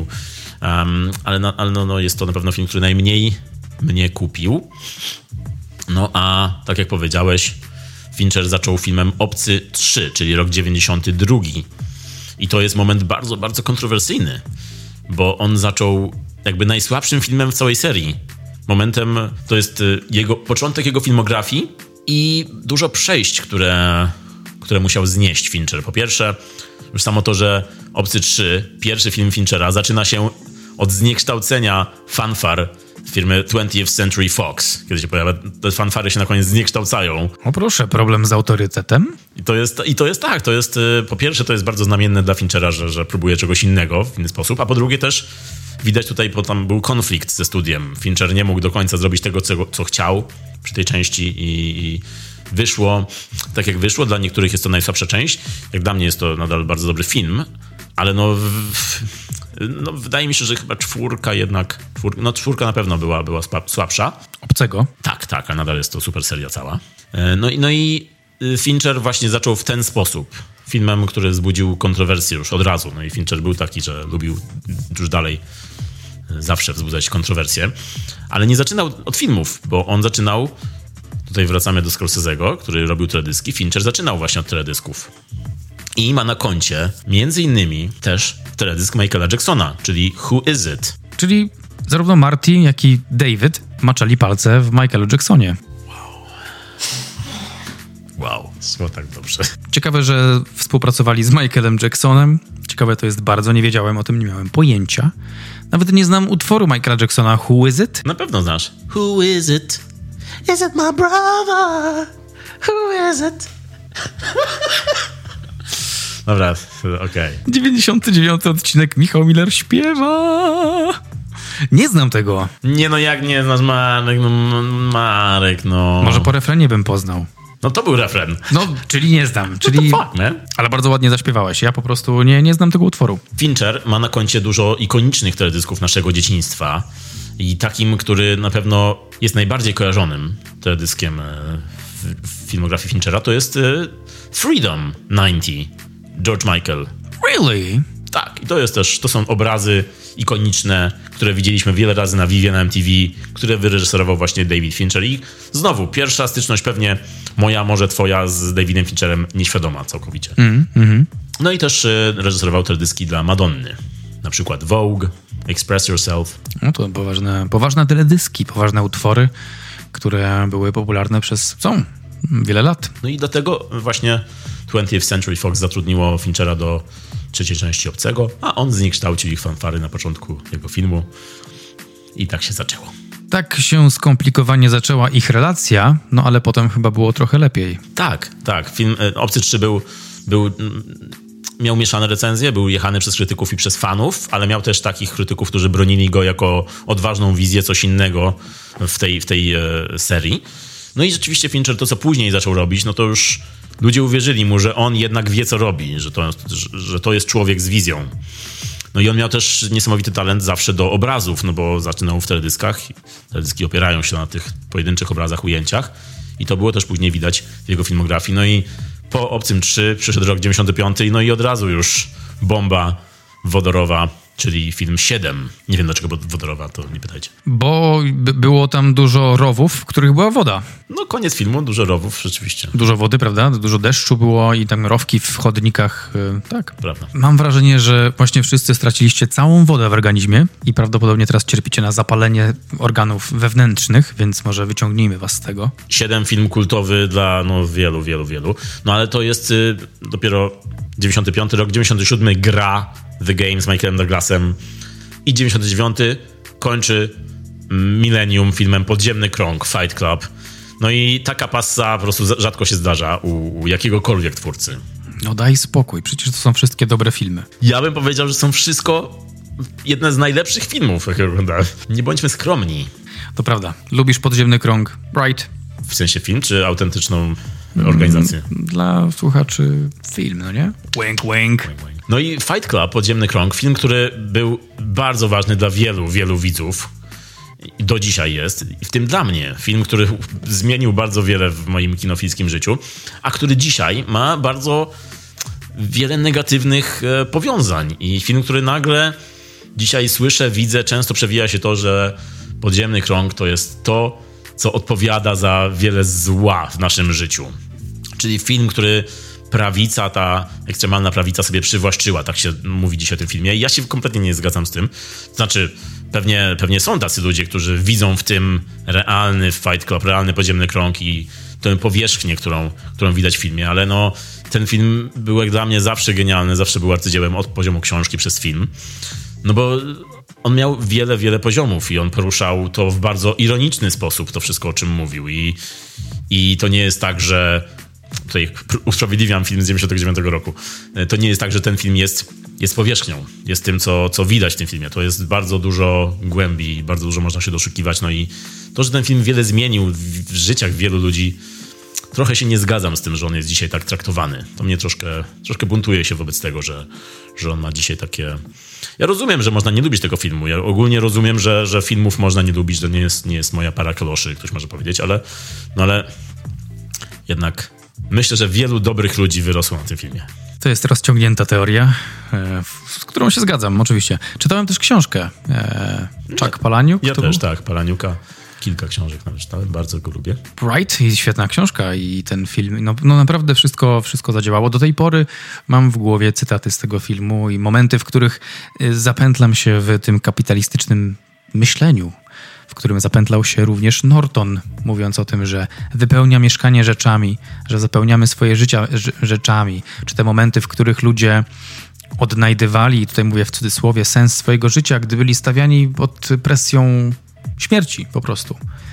Ale jest to na pewno film, który najmniej mnie kupił. No a tak jak powiedziałeś, Fincher zaczął filmem Obcy 3, czyli rok 92. I to jest moment bardzo, bardzo kontrowersyjny, bo on zaczął jakby najsłabszym filmem w całej serii. Momentem to jest początek jego filmografii i dużo przejść, które musiał znieść Fincher. Po pierwsze, już samo to, że Obcy 3, pierwszy film Finchera, zaczyna się od zniekształcenia fanfar firmy 20th Century Fox. Kiedy się pojawia, te fanfary się na koniec zniekształcają. O proszę, problem z autorytetem? I to jest po pierwsze to jest bardzo znamienne dla Finchera, że próbuje czegoś innego w inny sposób, a po drugie też widać tutaj, bo tam był konflikt ze studiem. Fincher nie mógł do końca zrobić tego, co chciał przy tej części i wyszło tak, jak wyszło. Dla niektórych jest to najsłabsza część. Jak dla mnie jest to nadal bardzo dobry film, ale wydaje mi się, że chyba 4 jednak... 4 na pewno była słabsza. Obcego? Tak, a nadal jest to super seria cała. No i Fincher właśnie zaczął w ten sposób. Filmem, który wzbudził kontrowersję już od razu. No i Fincher był taki, że lubił już dalej zawsze wzbudzać kontrowersje. Ale nie zaczynał od filmów, bo on zaczynał... Tutaj wracamy do Scorsese'ego, który robił teledyski. Fincher zaczynał właśnie od teledysków. I ma na koncie między innymi też teledysk Michaela Jacksona, czyli Who Is It? Czyli zarówno Marty, jak i David maczali palce w Michaelu Jacksonie. Wow, szło tak dobrze. Ciekawe, że współpracowali z Michaelem Jacksonem. Ciekawe to jest bardzo, nie wiedziałem o tym, nie miałem pojęcia. Nawet nie znam utworu Michaela Jacksona Who Is It? Na pewno znasz. Who is it? Is it my brother? Who is it? Dobra, okej. 99 odcinek, Michał Miller śpiewa. Nie znam tego. Nie jak nie znasz Marek, no. Może po refrenie bym poznał. No to był refren. No, czyli nie znam. Czyli... Fuck, man. Ale bardzo ładnie zaśpiewałeś. Ja po prostu nie znam tego utworu. Fincher ma na koncie dużo ikonicznych teledysków naszego dzieciństwa i takim, który na pewno jest najbardziej kojarzonym teledyskiem w filmografii Finchera, to jest Freedom 90, George Michael. Really? Tak, i to są obrazy ikoniczne, które widzieliśmy wiele razy na Vivie, na MTV, które wyreżyserował właśnie David Fincher. I znowu, pierwsza styczność pewnie moja, może twoja z Davidem Fincherem nieświadoma całkowicie. No i też reżyserował teledyski dla Madonny. Na przykład Vogue, Express Yourself. No to poważne teledyski, poważne utwory, które były popularne przez wiele lat. No i dlatego właśnie 20th Century Fox zatrudniło Finchera do trzeciej części Obcego, a on zniekształcił ich fanfary na początku jego filmu i tak się zaczęło. Tak się skomplikowanie zaczęła ich relacja, no ale potem chyba było trochę lepiej. Tak. Film Obcy 3 miał mieszane recenzje, był jechany przez krytyków i przez fanów, ale miał też takich krytyków, którzy bronili go jako odważną wizję, coś innego w tej serii. No i rzeczywiście Fincher to, co później zaczął robić, no to już ludzie uwierzyli mu, że on jednak wie, co robi, że to jest człowiek z wizją. No i on miał też niesamowity talent zawsze do obrazów, no bo zaczynał w teledyskach. Teledyski opierają się na tych pojedynczych obrazach, ujęciach i to było też później widać w jego filmografii. No i po Obcym 3 przyszedł rok 95, no i od razu już bomba wodorowa, czyli film 7. Nie wiem dlaczego wodorowa, to nie pytajcie. Bo było tam dużo rowów, w których była woda. No koniec filmu, dużo rowów rzeczywiście. Dużo wody, prawda? Dużo deszczu było i tam rowki w chodnikach, tak. Prawda. Mam wrażenie, że właśnie wszyscy straciliście całą wodę w organizmie i prawdopodobnie teraz cierpicie na zapalenie organów wewnętrznych, więc może wyciągnijmy was z tego. 7 film kultowy dla wielu. No ale to jest dopiero 95 rok, 97 gra The Game z Michaelem Douglasem i 99 kończy Millennium filmem Podziemny Krąg, Fight Club. No i taka passa po prostu rzadko się zdarza u jakiegokolwiek twórcy. No daj spokój, przecież to są wszystkie dobre filmy. Ja bym powiedział, że są wszystko jedne z najlepszych filmów, jakie oglądałem. Nie bądźmy skromni. To prawda. Lubisz Podziemny Krąg, right? W sensie film, czy autentyczną organizację? Dla słuchaczy film, no nie? Wink, wink. No i Fight Club, Podziemny Krąg, film, który był bardzo ważny dla wielu widzów. Do dzisiaj jest, w tym dla mnie. Film, który zmienił bardzo wiele w moim kinofilskim życiu, a który dzisiaj ma bardzo wiele negatywnych powiązań. I film, który nagle dzisiaj słyszę, widzę, często przewija się to, że Podziemny Krąg to jest to, co odpowiada za wiele zła w naszym życiu. Czyli film, który prawica, ta ekstremalna prawica sobie przywłaszczyła, tak się mówi dzisiaj o tym filmie. I ja się kompletnie nie zgadzam z tym. Znaczy, pewnie są tacy ludzie, którzy widzą w tym realny Fight Club, realny Podziemny Krąg i tę powierzchnię, którą widać w filmie, ale ten film był jak dla mnie zawsze genialny, zawsze był arcydziełem od poziomu książki przez film. No bo on miał wiele poziomów i on poruszał to w bardzo ironiczny sposób, to wszystko, o czym mówił. I to nie jest tak, że... Tutaj usprawiedliwiam film z 99 roku. To nie jest tak, że ten film jest powierzchnią. Jest tym, co widać w tym filmie. To jest bardzo dużo głębi, bardzo dużo można się doszukiwać. No i to, że ten film wiele zmienił w życiach wielu ludzi, trochę się nie zgadzam z tym, że on jest dzisiaj tak traktowany. To mnie troszkę buntuje się wobec tego, że on ma dzisiaj takie... Ja rozumiem, że można nie lubić tego filmu. Ja ogólnie rozumiem, że filmów można nie lubić, że nie jest moja para kaloszy, ktoś może powiedzieć, ale jednak myślę, że wielu dobrych ludzi wyrosło na tym filmie. To jest rozciągnięta teoria, z którą się zgadzam, oczywiście. Czytałem też książkę Chuck Palahniuk. Ja też, tak, Palahniuka. Kilka książek nawet czytałem, bardzo go lubię. Bright, jest świetna książka i ten film, no naprawdę wszystko zadziałało. Do tej pory mam w głowie cytaty z tego filmu i momenty, w których zapętlam się w tym kapitalistycznym myśleniu, w którym zapętlał się również Norton, mówiąc o tym, że wypełnia mieszkanie rzeczami, że zapełniamy swoje życia rzeczami, czy te momenty, w których ludzie odnajdywali, tutaj mówię w cudzysłowie, sens swojego życia, gdy byli stawiani pod presją śmierci po prostu.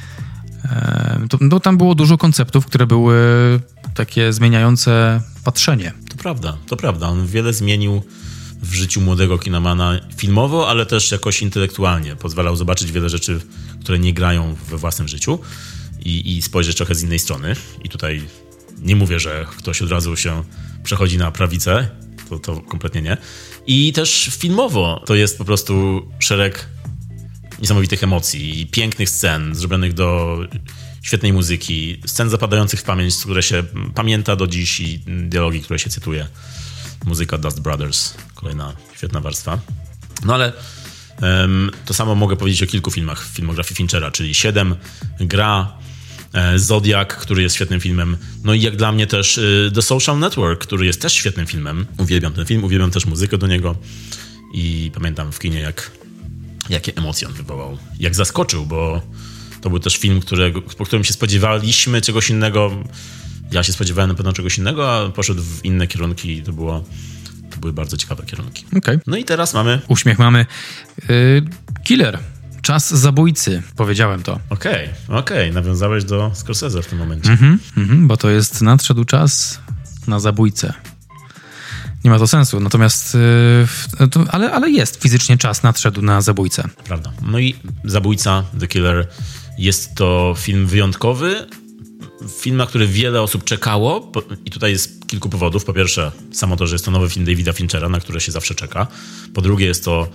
To tam było dużo konceptów, które były takie zmieniające patrzenie. To prawda. On wiele zmienił w życiu młodego kinomana filmowo, ale też jakoś intelektualnie. Pozwalał zobaczyć wiele rzeczy, które nie grają we własnym życiu i spojrzeć trochę z innej strony. I tutaj Nie mówię, że ktoś od razu się przechodzi na prawicę, to kompletnie nie. I też filmowo to jest po prostu szereg niesamowitych emocji i pięknych scen zrobionych do świetnej muzyki, scen zapadających w pamięć, które się pamięta do dziś i dialogi, które się cytuje. Muzyka Dust Brothers, kolejna świetna warstwa. No ale to samo mogę powiedzieć o kilku filmach w filmografii Finchera, czyli 7, Gra, Zodiac, który jest świetnym filmem, no i jak dla mnie też The Social Network, który jest też świetnym filmem. Uwielbiam ten film, uwielbiam też muzykę do niego i pamiętam w kinie, jakie emocje on wywołał. Jak zaskoczył, bo to był też film, po którym się spodziewaliśmy czegoś innego. Ja się spodziewałem na pewno czegoś innego, a poszedł w inne kierunki i to były bardzo ciekawe kierunki. Okay. No i teraz mamy... Uśmiech mamy. Killer. Czas zabójcy. Powiedziałem to. Okej. Nawiązałeś do Scorsese w tym momencie. Bo to jest nadszedł czas na zabójcę. Nie ma to sensu, natomiast ale jest fizycznie czas nadszedł na zabójcę. Prawda. No i Zabójca, The Killer, jest to film wyjątkowy, film, na który wiele osób czekało i tutaj jest kilku powodów. Po pierwsze, samo to, że jest to nowy film Davida Finchera, na który się zawsze czeka. Po drugie, jest to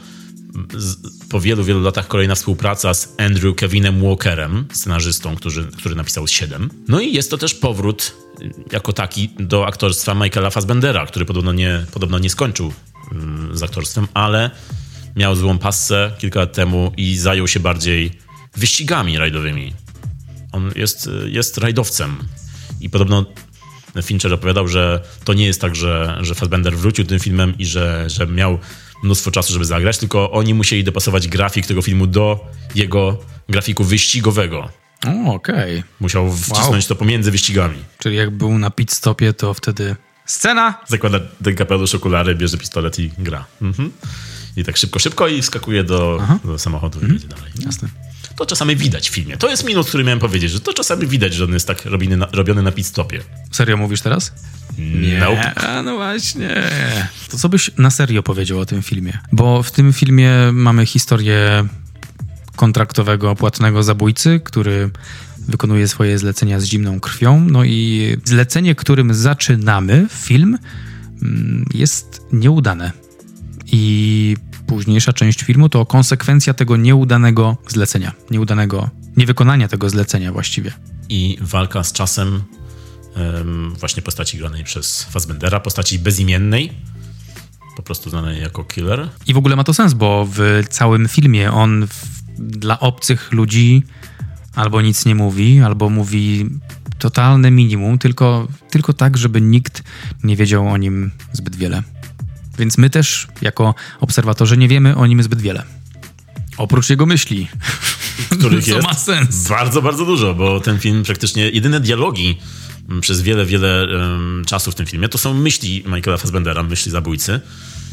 po wielu, wielu latach kolejna współpraca z Andrew Kevinem Walkerem, scenarzystą, który napisał 7. No i jest to też powrót jako taki do aktorstwa Michaela Fassbendera, który podobno nie skończył z aktorstwem, ale miał złą passę kilka lat temu i zajął się bardziej wyścigami rajdowymi. On jest rajdowcem i podobno Fincher opowiadał, że to nie jest tak, że Fassbender wrócił tym filmem i że miał mnóstwo czasu, żeby zagrać, tylko oni musieli dopasować grafik tego filmu do jego grafiku wyścigowego. Okej. Musiał wcisnąć to pomiędzy wyścigami. Czyli jak był na pit stopie, to wtedy scena! Zakłada ten kapelusz, okulary, bierze pistolet i gra. I tak szybko i wskakuje do samochodu i jedzie dalej. Jasne. To czasami widać w filmie. To jest minus, który miałem powiedzieć, że to czasami widać, że on jest tak robiony na pit stopie. Serio mówisz teraz? Nie. Nope. A no właśnie. To co byś na serio powiedział o tym filmie? Bo w tym filmie mamy historię kontraktowego, płatnego zabójcy, który wykonuje swoje zlecenia z zimną krwią. No i zlecenie, którym zaczynamy film, jest nieudane. I późniejsza część filmu to konsekwencja tego nieudanego zlecenia. Niewykonania tego zlecenia właściwie. I walka z czasem właśnie postaci granej przez Fassbendera, postaci bezimiennej, po prostu znanej jako Killer. I w ogóle ma to sens, bo w całym filmie on dla obcych ludzi albo nic nie mówi, albo mówi totalne minimum, tylko tak, żeby nikt nie wiedział o nim zbyt wiele. Więc my też, jako obserwatorzy, nie wiemy o nim zbyt wiele. Oprócz jego myśli. Których co jest ma sens. bardzo, bardzo dużo, bo ten film praktycznie, jedyne dialogi przez wiele, wiele czasu w tym filmie to są myśli Michaela Fassbendera, myśli zabójcy.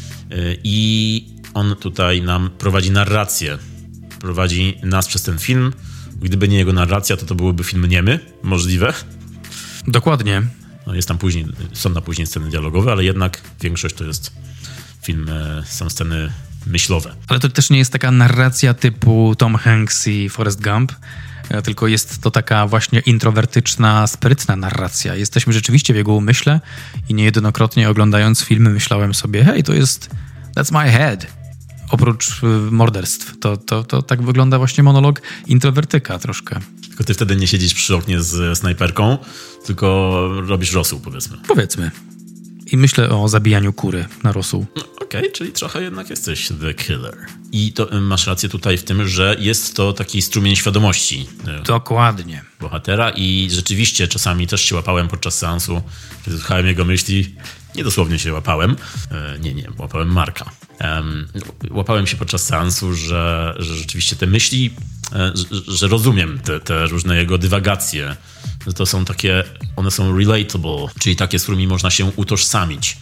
I on tutaj nam prowadzi narrację. Prowadzi nas przez ten film. Gdyby nie jego narracja, to byłby film niemy, możliwe. Dokładnie. No są tam później sceny dialogowe, ale jednak większość to jest film, są sceny myślowe. Ale to też nie jest taka narracja typu Tom Hanks i Forrest Gump, tylko jest to taka właśnie introwertyczna, sprytna narracja. Jesteśmy rzeczywiście w jego umyśle i niejednokrotnie oglądając filmy myślałem sobie, hej, that's my head. Oprócz morderstw. To tak wygląda właśnie monolog introwertyka troszkę. Tylko ty wtedy nie siedzisz przy oknie z snajperką, tylko robisz rosół, powiedzmy. Powiedzmy. I myślę o zabijaniu kury na rosół. Okej, czyli trochę jednak jesteś The Killer. I to masz rację tutaj w tym, że jest to taki strumień świadomości. Dokładnie. Bohatera i rzeczywiście czasami też się łapałem podczas seansu, kiedy słuchałem jego myśli. Nie dosłownie się łapałem. Łapałem Marka. Łapałem się podczas seansu, że rzeczywiście te myśli, że rozumiem te różne jego dywagacje. Że to są takie, one są relatable, czyli takie, z którymi można się utożsamić.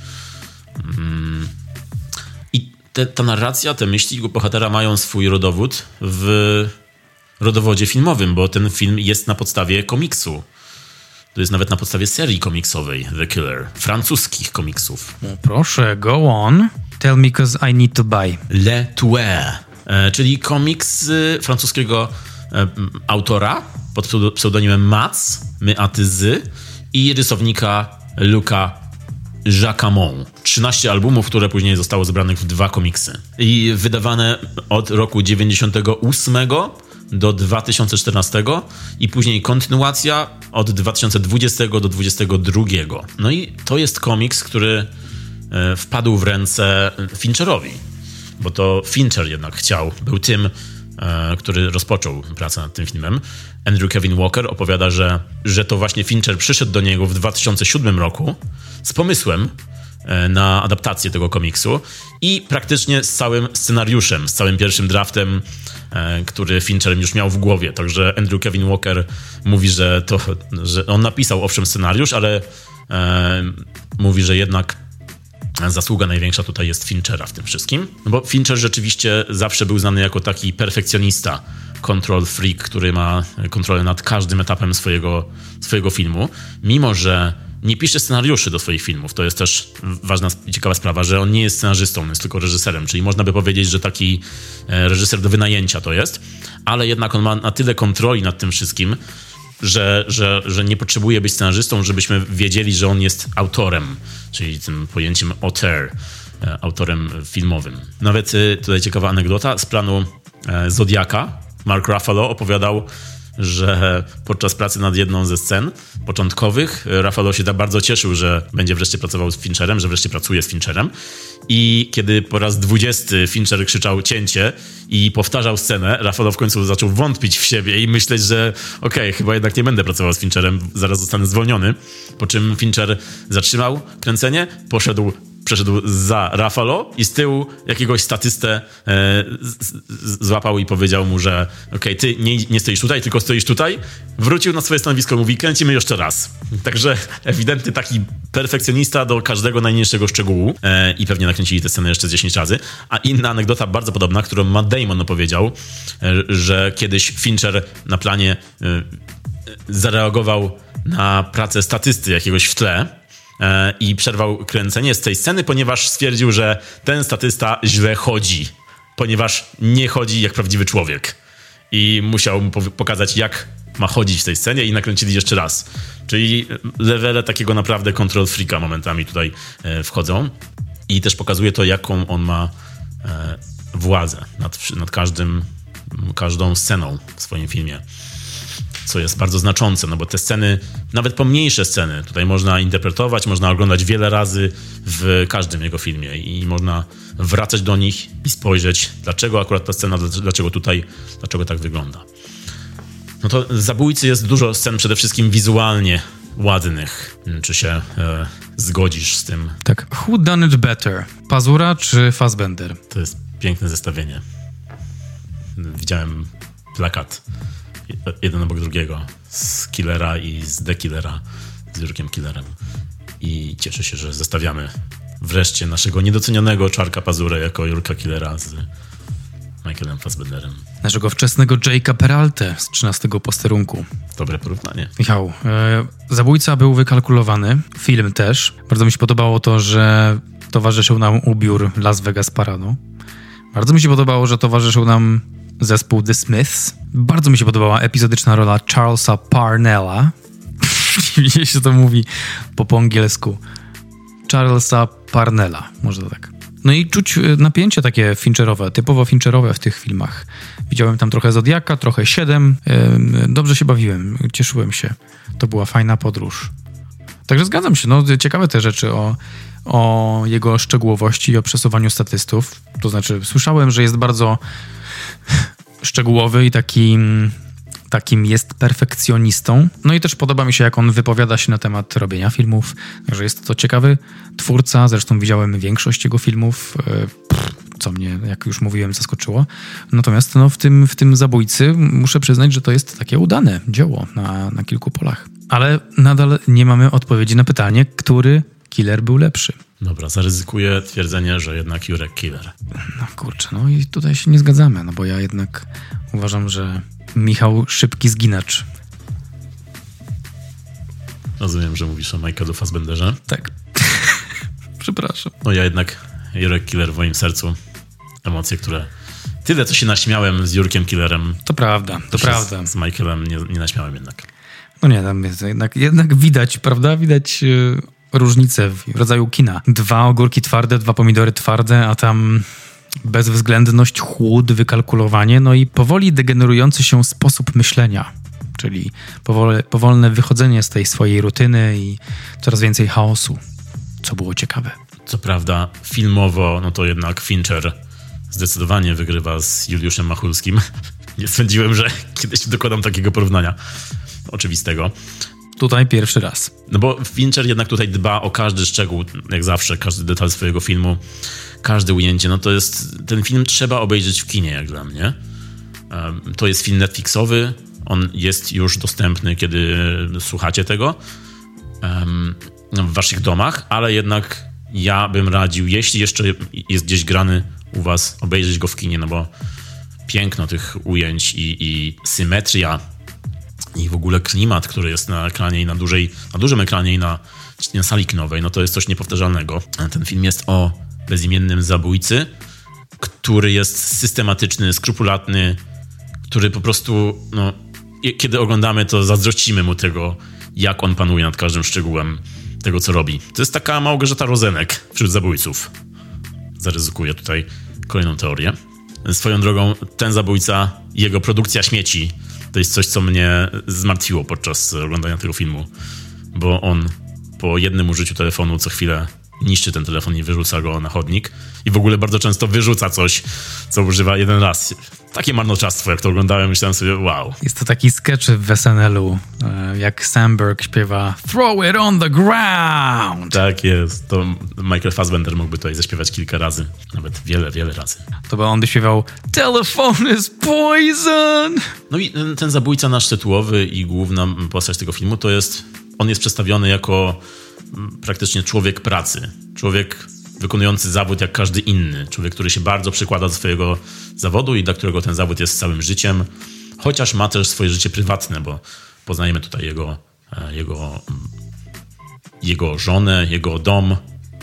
I ta narracja, te myśli bohatera mają swój rodowód w rodowodzie filmowym, bo ten film jest na podstawie komiksu. To jest nawet na podstawie serii komiksowej The Killer, francuskich komiksów. No proszę, go on. Tell me, 'cause I need to buy. Le Tueur, czyli komiks francuskiego autora pod pseudonimem Mats, my a ty z. i rysownika Luca Jacquemont. 13 albumów, które później zostało zebranych w 2 komiksy. I wydawane od roku 98 do 2014 i później kontynuacja od 2020 do 2022. No i to jest komiks, który wpadł w ręce Fincherowi, bo to Fincher jednak był tym, który rozpoczął pracę nad tym filmem. Andrew Kevin Walker opowiada, że to właśnie Fincher przyszedł do niego w 2007 roku z pomysłem na adaptację tego komiksu i praktycznie z całym scenariuszem, z całym pierwszym draftem, który Fincher już miał w głowie. Także Andrew Kevin Walker mówi, że on napisał owszem scenariusz, ale mówi, że jednak zasługa największa tutaj jest Finchera w tym wszystkim. Bo Fincher rzeczywiście zawsze był znany jako taki perfekcjonista, control freak, który ma kontrolę nad każdym etapem swojego filmu. Mimo że nie pisze scenariuszy do swoich filmów. To jest też ważna i ciekawa sprawa, że on nie jest scenarzystą, on jest tylko reżyserem, czyli można by powiedzieć, że taki reżyser do wynajęcia to jest, ale jednak on ma na tyle kontroli nad tym wszystkim, że nie potrzebuje być scenarzystą, żebyśmy wiedzieli, że on jest autorem, czyli tym pojęciem auteur, autorem filmowym. Nawet tutaj ciekawa anegdota z planu Zodiaka. Mark Ruffalo opowiadał, że podczas pracy nad jedną ze scen początkowych Ruffalo się bardzo cieszył, że będzie wreszcie pracował z Fincherem, że wreszcie pracuje z Fincherem. I kiedy po raz 20 Fincher krzyczał cięcie i powtarzał scenę, Ruffalo w końcu zaczął wątpić w siebie i myśleć, że okej, chyba jednak nie będę pracował z Fincherem, zaraz zostanę zwolniony. Po czym Fincher zatrzymał kręcenie, przeszedł za Ruffalo i z tyłu jakiegoś statystę złapał i powiedział mu, że okej, ty nie stoisz tutaj, tylko stoisz tutaj. Wrócił na swoje stanowisko, mówi, kręcimy jeszcze raz. Także ewidentny taki perfekcjonista do każdego najmniejszego szczegółu i pewnie nakręcili tę scenę jeszcze 10 razy. A inna anegdota bardzo podobna, którą Matt Damon opowiedział, że kiedyś Fincher na planie zareagował na pracę statysty jakiegoś w tle i przerwał kręcenie z tej sceny, ponieważ stwierdził, że ten statysta źle chodzi, ponieważ nie chodzi jak prawdziwy człowiek. I musiał mu pokazać, jak ma chodzić w tej scenie i nakręcili jeszcze raz. Czyli levele takiego naprawdę control freaka momentami tutaj wchodzą. I też pokazuje to, jaką on ma władzę nad każdą sceną w swoim filmie. Co jest bardzo znaczące, no bo te sceny, nawet pomniejsze sceny, tutaj można interpretować, można oglądać wiele razy w każdym jego filmie i można wracać do nich i spojrzeć, dlaczego akurat ta scena, dlaczego tak wygląda. No to Zabójcy jest dużo scen przede wszystkim wizualnie ładnych. Czy się zgodzisz z tym? Tak. Who done it better? Pazura czy Fassbender? To jest piękne zestawienie. Widziałem plakat jeden obok drugiego z Killera i z The Killera, z Jurkiem Killerem. I cieszę się, że zestawiamy wreszcie naszego niedocenionego Czarka Pazurę jako Jurka Killera z Michaelem Fassbenderem. Naszego wczesnego Jake'a Peraltę z 13 posterunku. Dobre porównanie. Michał, Zabójca był wykalkulowany, film też. Bardzo mi się podobało to, że towarzyszył nam ubiór Las Vegas Parado. Bardzo mi się podobało, że towarzyszył nam zespół The Smiths. Bardzo mi się podobała epizodyczna rola Charlesa Parnella. Dziwnie się to mówi po angielsku. Charlesa Parnella, może to tak. No i czuć napięcie takie Fincherowe, typowo Fincherowe w tych filmach. Widziałem tam trochę Zodiaka, trochę 7. Dobrze się bawiłem, cieszyłem się. To była fajna podróż. Także zgadzam się, no ciekawe te rzeczy o jego szczegółowości i o przesuwaniu statystów. To znaczy słyszałem, że jest bardzo szczegółowy i takim jest perfekcjonistą. No i też podoba mi się, jak on wypowiada się na temat robienia filmów. Także jest to ciekawy twórca. Zresztą widziałem większość jego filmów, co mnie, jak już mówiłem, zaskoczyło. Natomiast no, w tym Zabójcy muszę przyznać, że to jest takie udane dzieło na kilku polach. Ale nadal nie mamy odpowiedzi na pytanie, który killer był lepszy. Dobra, zaryzykuję twierdzenie, że jednak Jurek Killer. No kurczę, no i tutaj się nie zgadzamy, no bo ja jednak uważam, że Michał szybki zginacz. Rozumiem, że mówisz o Michaelu Fassbenderze. Tak. Przepraszam. No ja jednak Jurek Killer w moim sercu. Emocje, które... Tyle, co się naśmiałem z Jurkiem Killerem. To prawda, to prawda. Z Michaelem nie naśmiałem jednak. No nie, tam jest jednak widać, prawda? Widać różnicę w rodzaju kina. 2 ogórki twarde, 2 pomidory twarde, a tam bezwzględność, chłód, wykalkulowanie, no i powoli degenerujący się sposób myślenia, czyli powolne wychodzenie z tej swojej rutyny i coraz więcej chaosu, co było ciekawe. Co prawda filmowo, no to jednak Fincher zdecydowanie wygrywa z Juliuszem Machulskim. Nie sądziłem, że kiedyś dokładam takiego porównania oczywistego. Tutaj pierwszy raz. No bo Fincher jednak tutaj dba o każdy szczegół, jak zawsze, każdy detal swojego filmu, każde ujęcie. No to jest, ten film trzeba obejrzeć w kinie, jak dla mnie. To jest film Netflixowy, on jest już dostępny, kiedy słuchacie tego w waszych domach, ale jednak ja bym radził, jeśli jeszcze jest gdzieś grany u was, obejrzeć go w kinie, no bo piękno tych ujęć i symetria i w ogóle klimat, który jest na ekranie i na dużym ekranie i na sali kinowej, no to jest coś niepowtarzalnego. Ten film jest o bezimiennym zabójcy, który jest systematyczny, skrupulatny, który po prostu, no, kiedy oglądamy, to zazdrościmy mu tego, jak on panuje nad każdym szczegółem tego, co robi. To jest taka Małgorzata Rozenek wśród zabójców. Zaryzykuję tutaj kolejną teorię. Swoją drogą, ten zabójca, jego produkcja śmieci, to jest coś, co mnie zmartwiło podczas oglądania tego filmu, bo on po jednym użyciu telefonu co chwilę niszczy ten telefon i wyrzuca go na chodnik i w ogóle bardzo często wyrzuca coś, co używa jeden raz. Takie marnotrawstwo, jak to oglądałem, myślałem sobie, wow. Jest to taki sketch w SNL-u, jak Samberg śpiewa "Throw it on the ground". Tak jest. To Michael Fassbender mógłby tutaj zaśpiewać kilka razy. Nawet wiele, wiele razy. To by on by śpiewał "Telephone is poison". No i ten zabójca nasz tytułowy i główna postać tego filmu on jest przedstawiony jako praktycznie człowiek pracy. Człowiek wykonujący zawód jak każdy inny. Człowiek, który się bardzo przykłada do swojego zawodu i dla którego ten zawód jest całym życiem. Chociaż ma też swoje życie prywatne, bo poznajemy tutaj jego żonę, jego dom.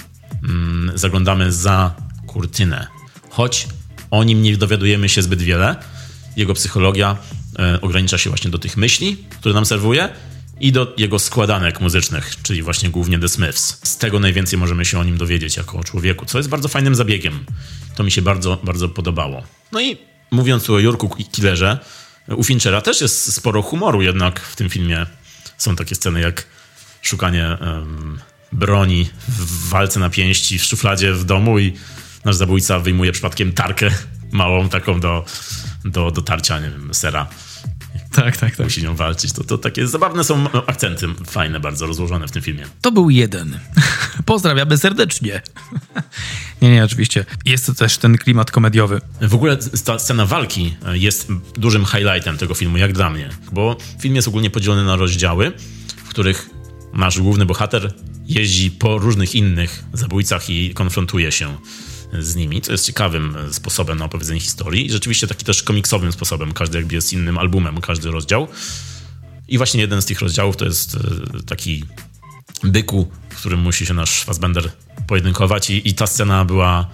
Zaglądamy za kurtynę. Choć o nim nie dowiadujemy się zbyt wiele, jego psychologia ogranicza się właśnie do tych myśli, które nam serwuje, i do jego składanek muzycznych, czyli właśnie głównie The Smiths. Z tego najwięcej możemy się o nim dowiedzieć jako o człowieku, co jest bardzo fajnym zabiegiem. To mi się bardzo, bardzo podobało. No i mówiąc tu o Jurku Killerze, u Finchera też jest sporo humoru jednak w tym filmie. Są takie sceny jak szukanie broni w walce na pięści w szufladzie w domu i nasz zabójca wyjmuje przypadkiem tarkę małą taką do tarcia, nie wiem, sera. Tak. Musi nią walczyć. To takie zabawne są akcenty, fajne, bardzo rozłożone w tym filmie. To był jeden. Pozdrawiamy serdecznie. Nie, oczywiście. Jest to też ten klimat komediowy. W ogóle ta scena walki jest dużym highlightem tego filmu, jak dla mnie. Bo film jest ogólnie podzielony na rozdziały, w których nasz główny bohater jeździ po różnych innych zabójcach i konfrontuje się z nimi, co jest ciekawym sposobem na opowiedzenie historii i rzeczywiście taki też komiksowym sposobem. Każdy jakby jest innym albumem, każdy rozdział. I właśnie jeden z tych rozdziałów to jest taki byku, w którym musi się nasz Fassbender pojedynkować i ta scena była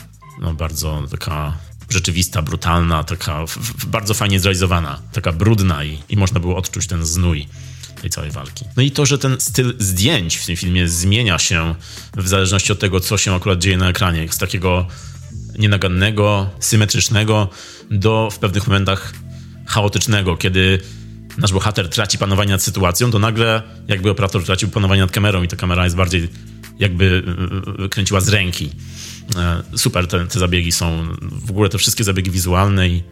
bardzo taka rzeczywista, brutalna, taka bardzo fajnie zrealizowana, taka brudna i można było odczuć ten znój tej całej walki. No i to, że ten styl zdjęć w tym filmie zmienia się w zależności od tego, co się akurat dzieje na ekranie. Z takiego nienagannego, symetrycznego do w pewnych momentach chaotycznego. Kiedy nasz bohater traci panowanie nad sytuacją, to nagle jakby operator tracił panowanie nad kamerą i ta kamera jest bardziej jakby kręciła z ręki. Super te zabiegi są, w ogóle te wszystkie zabiegi wizualne i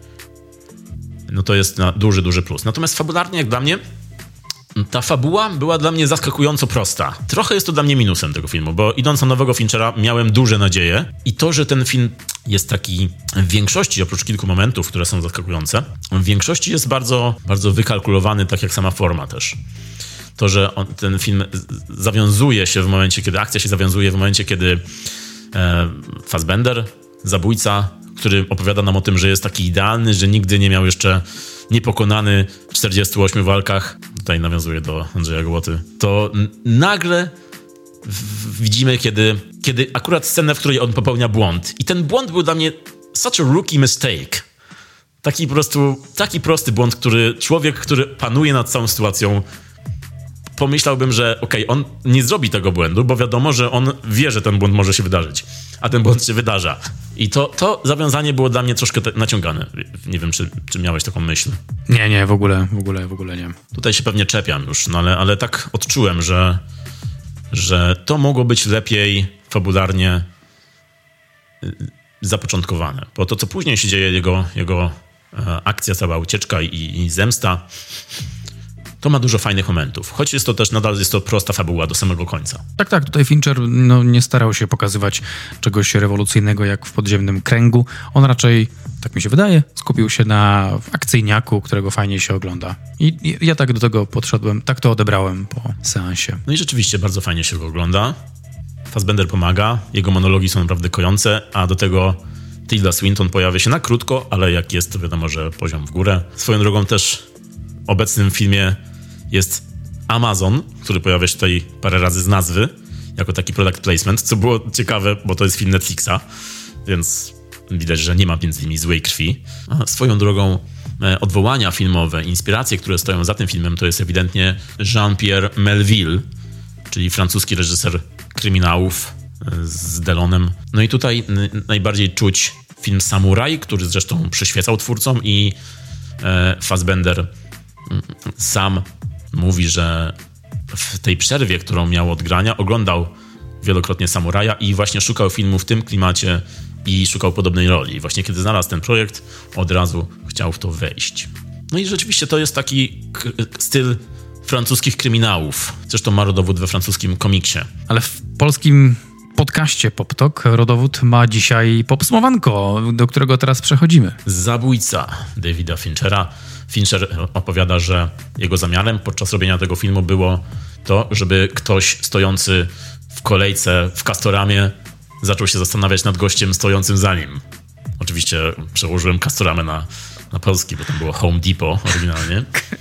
no to jest duży, duży plus. Natomiast fabularnie, jak dla mnie, ta fabuła była dla mnie zaskakująco prosta. Trochę jest to dla mnie minusem tego filmu, bo idąc na nowego Finchera miałem duże nadzieje i to, że ten film jest taki w większości, oprócz kilku momentów, które są zaskakujące, w większości jest bardzo, bardzo wykalkulowany, tak jak sama forma też. To, że ten film zawiązuje się w momencie, kiedy akcja się zawiązuje, w momencie, kiedy Fassbender, zabójca, który opowiada nam o tym, że jest taki idealny, że nigdy nie miał jeszcze niepokonany w 48 walkach, tutaj nawiązuje do Andrzeja Gołoty, to nagle widzimy, kiedy akurat scenę, w której on popełnia błąd. I ten błąd był dla mnie such a rookie mistake. Taki prosty błąd, który człowiek, który panuje nad całą sytuacją, pomyślałbym, że on nie zrobi tego błędu, bo wiadomo, że on wie, że ten błąd może się wydarzyć, a ten błąd się wydarza. I to zawiązanie było dla mnie troszkę naciągane. Nie wiem, czy miałeś taką myśl. Nie, w ogóle nie. Tutaj się pewnie czepiam już, no ale tak odczułem, że to mogło być lepiej fabularnie zapoczątkowane. Bo to, co później się dzieje, jego akcja, cała ucieczka i zemsta, to ma dużo fajnych momentów. Choć jest to też nadal prosta fabuła do samego końca. Tak, tutaj Fincher nie starał się pokazywać czegoś rewolucyjnego jak w Podziemnym Kręgu. On raczej, tak mi się wydaje, skupił się na akcyjniaku, którego fajnie się ogląda. I ja tak do tego podszedłem, tak to odebrałem po seansie. No i rzeczywiście bardzo fajnie się go ogląda. Fassbender pomaga, jego monologi są naprawdę kojące, a do tego Tilda Swinton pojawia się na krótko, ale jak jest, to wiadomo, że poziom w górę. Swoją drogą też obecnym w filmie jest Amazon, który pojawia się tutaj parę razy z nazwy, jako taki product placement, co było ciekawe, bo to jest film Netflixa, więc widać, że nie ma między nimi złej krwi. A swoją drogą odwołania filmowe, inspiracje, które stoją za tym filmem, to jest ewidentnie Jean-Pierre Melville, czyli francuski reżyser kryminałów z Delonem. No i tutaj najbardziej czuć film Samuraj, który zresztą przyświecał twórcom i Fassbender sam mówi, że w tej przerwie, którą miał od grania, oglądał wielokrotnie Samuraja i właśnie szukał filmu w tym klimacie i szukał podobnej roli. I właśnie kiedy znalazł ten projekt, od razu chciał w to wejść. No i rzeczywiście to jest taki styl francuskich kryminałów. Zresztą ma rodowód we francuskim komiksie. Ale w polskim podcaście PopTalk rodowód ma dzisiaj popsmowanko, do którego teraz przechodzimy. Zabójca Davida Finchera. Fincher opowiada, że jego zamiarem podczas robienia tego filmu było to, żeby ktoś stojący w kolejce w Castoramie zaczął się zastanawiać nad gościem stojącym za nim. Oczywiście przełożyłem Castoramę na polski, bo tam było Home Depot oryginalnie.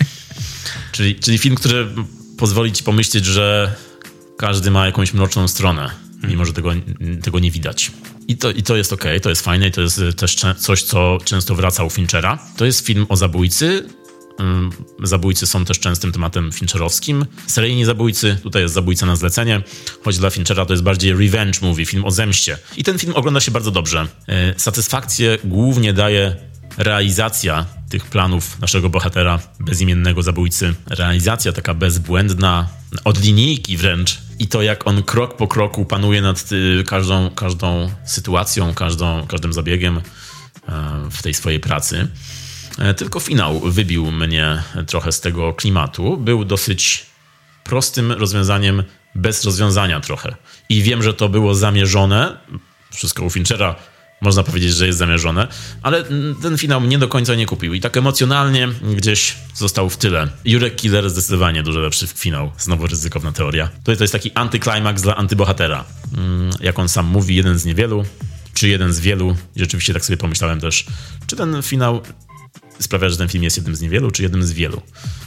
Czyli film, który pozwoli ci pomyśleć, że każdy ma jakąś mroczną stronę, mimo że tego nie widać. I to jest okej, to jest fajne i to jest też coś, co często wraca u Finchera. To jest film o zabójcy. Zabójcy są też częstym tematem fincherowskim. Seryjni zabójcy, tutaj jest zabójca na zlecenie, choć dla Finchera to jest bardziej revenge movie, film o zemście. I ten film ogląda się bardzo dobrze. Satysfakcję głównie daje realizacja tych planów naszego bohatera, bezimiennego zabójcy. Realizacja taka bezbłędna, od linijki wręcz. I to, jak on krok po kroku panuje nad każdą sytuacją, każdym zabiegiem w tej swojej pracy. Tylko finał wybił mnie trochę z tego klimatu. Był dosyć prostym rozwiązaniem, bez rozwiązania trochę. I wiem, że to było zamierzone. Wszystko u Finchera można powiedzieć, że jest zamierzone, ale ten finał mnie do końca nie kupił i tak emocjonalnie gdzieś został w tyle. Jurek Killer zdecydowanie dużo lepszy finał. Znowu ryzykowna teoria. To jest taki antyklimaks dla antybohatera. Jak on sam mówi, jeden z niewielu, czy jeden z wielu. I rzeczywiście tak sobie pomyślałem też, czy ten finał sprawia, że ten film jest jednym z niewielu, czy jednym z wielu.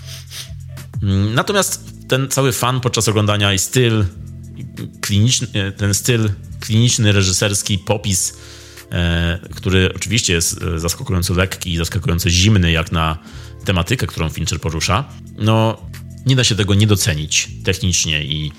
Natomiast ten cały fan podczas oglądania i styl kliniczny, ten styl kliniczny, reżyserski, popis, który oczywiście jest zaskakująco lekki i zaskakująco zimny, jak na tematykę, którą Fincher porusza, no nie da się tego nie docenić technicznie i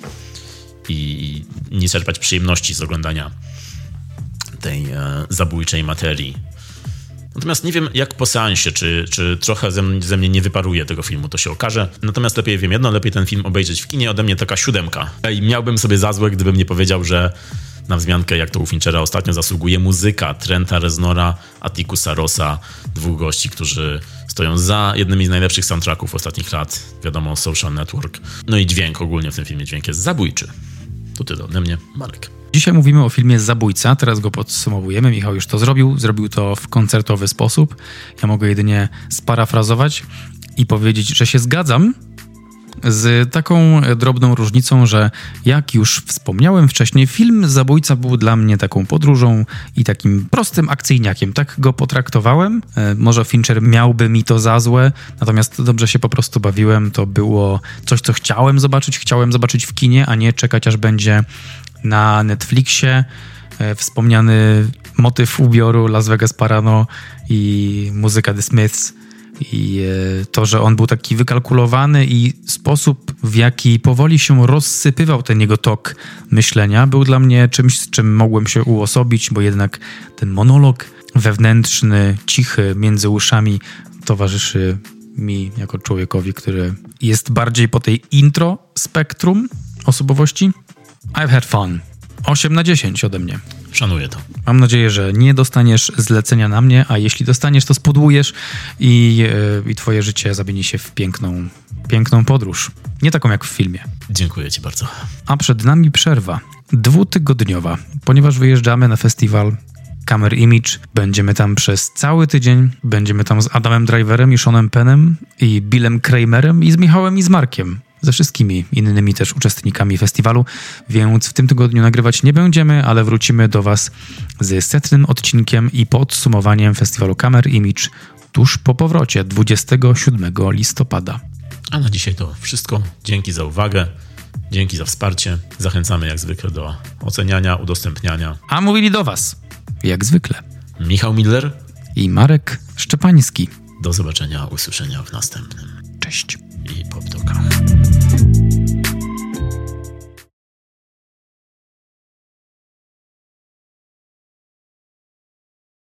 nie czerpać przyjemności z oglądania tej zabójczej materii. Natomiast nie wiem, jak po seansie, czy trochę ze mnie nie wyparuje tego filmu, to się okaże. Natomiast lepiej wiem jedno, lepiej ten film obejrzeć w kinie, ode mnie taka 7. I miałbym sobie za złe, gdybym nie powiedział, że na wzmiankę, jak to u Finchera ostatnio zasługuje muzyka Trenta Reznora, Atticusa Rossa, 2 gości, którzy stoją za jednymi z najlepszych soundtracków ostatnich lat. Wiadomo, Social Network. No i dźwięk ogólnie w tym filmie, dźwięk jest zabójczy. To tyle ode mnie, Marek. Dzisiaj mówimy o filmie Zabójca, teraz go podsumowujemy. Michał już to zrobił to w koncertowy sposób. Ja mogę jedynie sparafrazować i powiedzieć, że się zgadzam z taką drobną różnicą, że jak już wspomniałem wcześniej, film Zabójca był dla mnie taką podróżą i takim prostym akcyjniakiem. Tak go potraktowałem. Może Fincher miałby mi to za złe, natomiast dobrze się po prostu bawiłem. To było coś, co chciałem zobaczyć w kinie, a nie czekać, aż będzie na Netflixie. Wspomniany motyw ubioru Las Vegas Parano i muzyka The Smiths I to, że on był taki wykalkulowany i sposób, w jaki powoli się rozsypywał ten jego tok myślenia, był dla mnie czymś, z czym mogłem się uosobić, bo jednak ten monolog wewnętrzny, cichy, między uszami towarzyszy mi jako człowiekowi, który jest bardziej po tej intro spektrum osobowości. I've had fun. 8 na 10 ode mnie. Szanuję to. Mam nadzieję, że nie dostaniesz zlecenia na mnie, a jeśli dostaniesz, to spodłujesz i twoje życie zamieni się w piękną podróż. Nie taką jak w filmie. Dziękuję ci bardzo. A przed nami przerwa 2-tygodniowa, ponieważ wyjeżdżamy na festiwal Camera Image. Będziemy tam przez cały tydzień. Będziemy tam z Adamem Driverem i Seanem Pennem i Billem Kramerem i z Michałem i z Markiem. Ze wszystkimi innymi też uczestnikami festiwalu, więc w tym tygodniu nagrywać nie będziemy, ale wrócimy do was z 100. odcinkiem i podsumowaniem festiwalu Camera Image tuż po powrocie 27 listopada. A na dzisiaj to wszystko. Dzięki za uwagę, dzięki za wsparcie. Zachęcamy jak zwykle do oceniania, udostępniania. A mówili do was, jak zwykle, Michał Miller i Marek Szczepański. Do zobaczenia, usłyszenia w następnym. Cześć. I PopTalkach.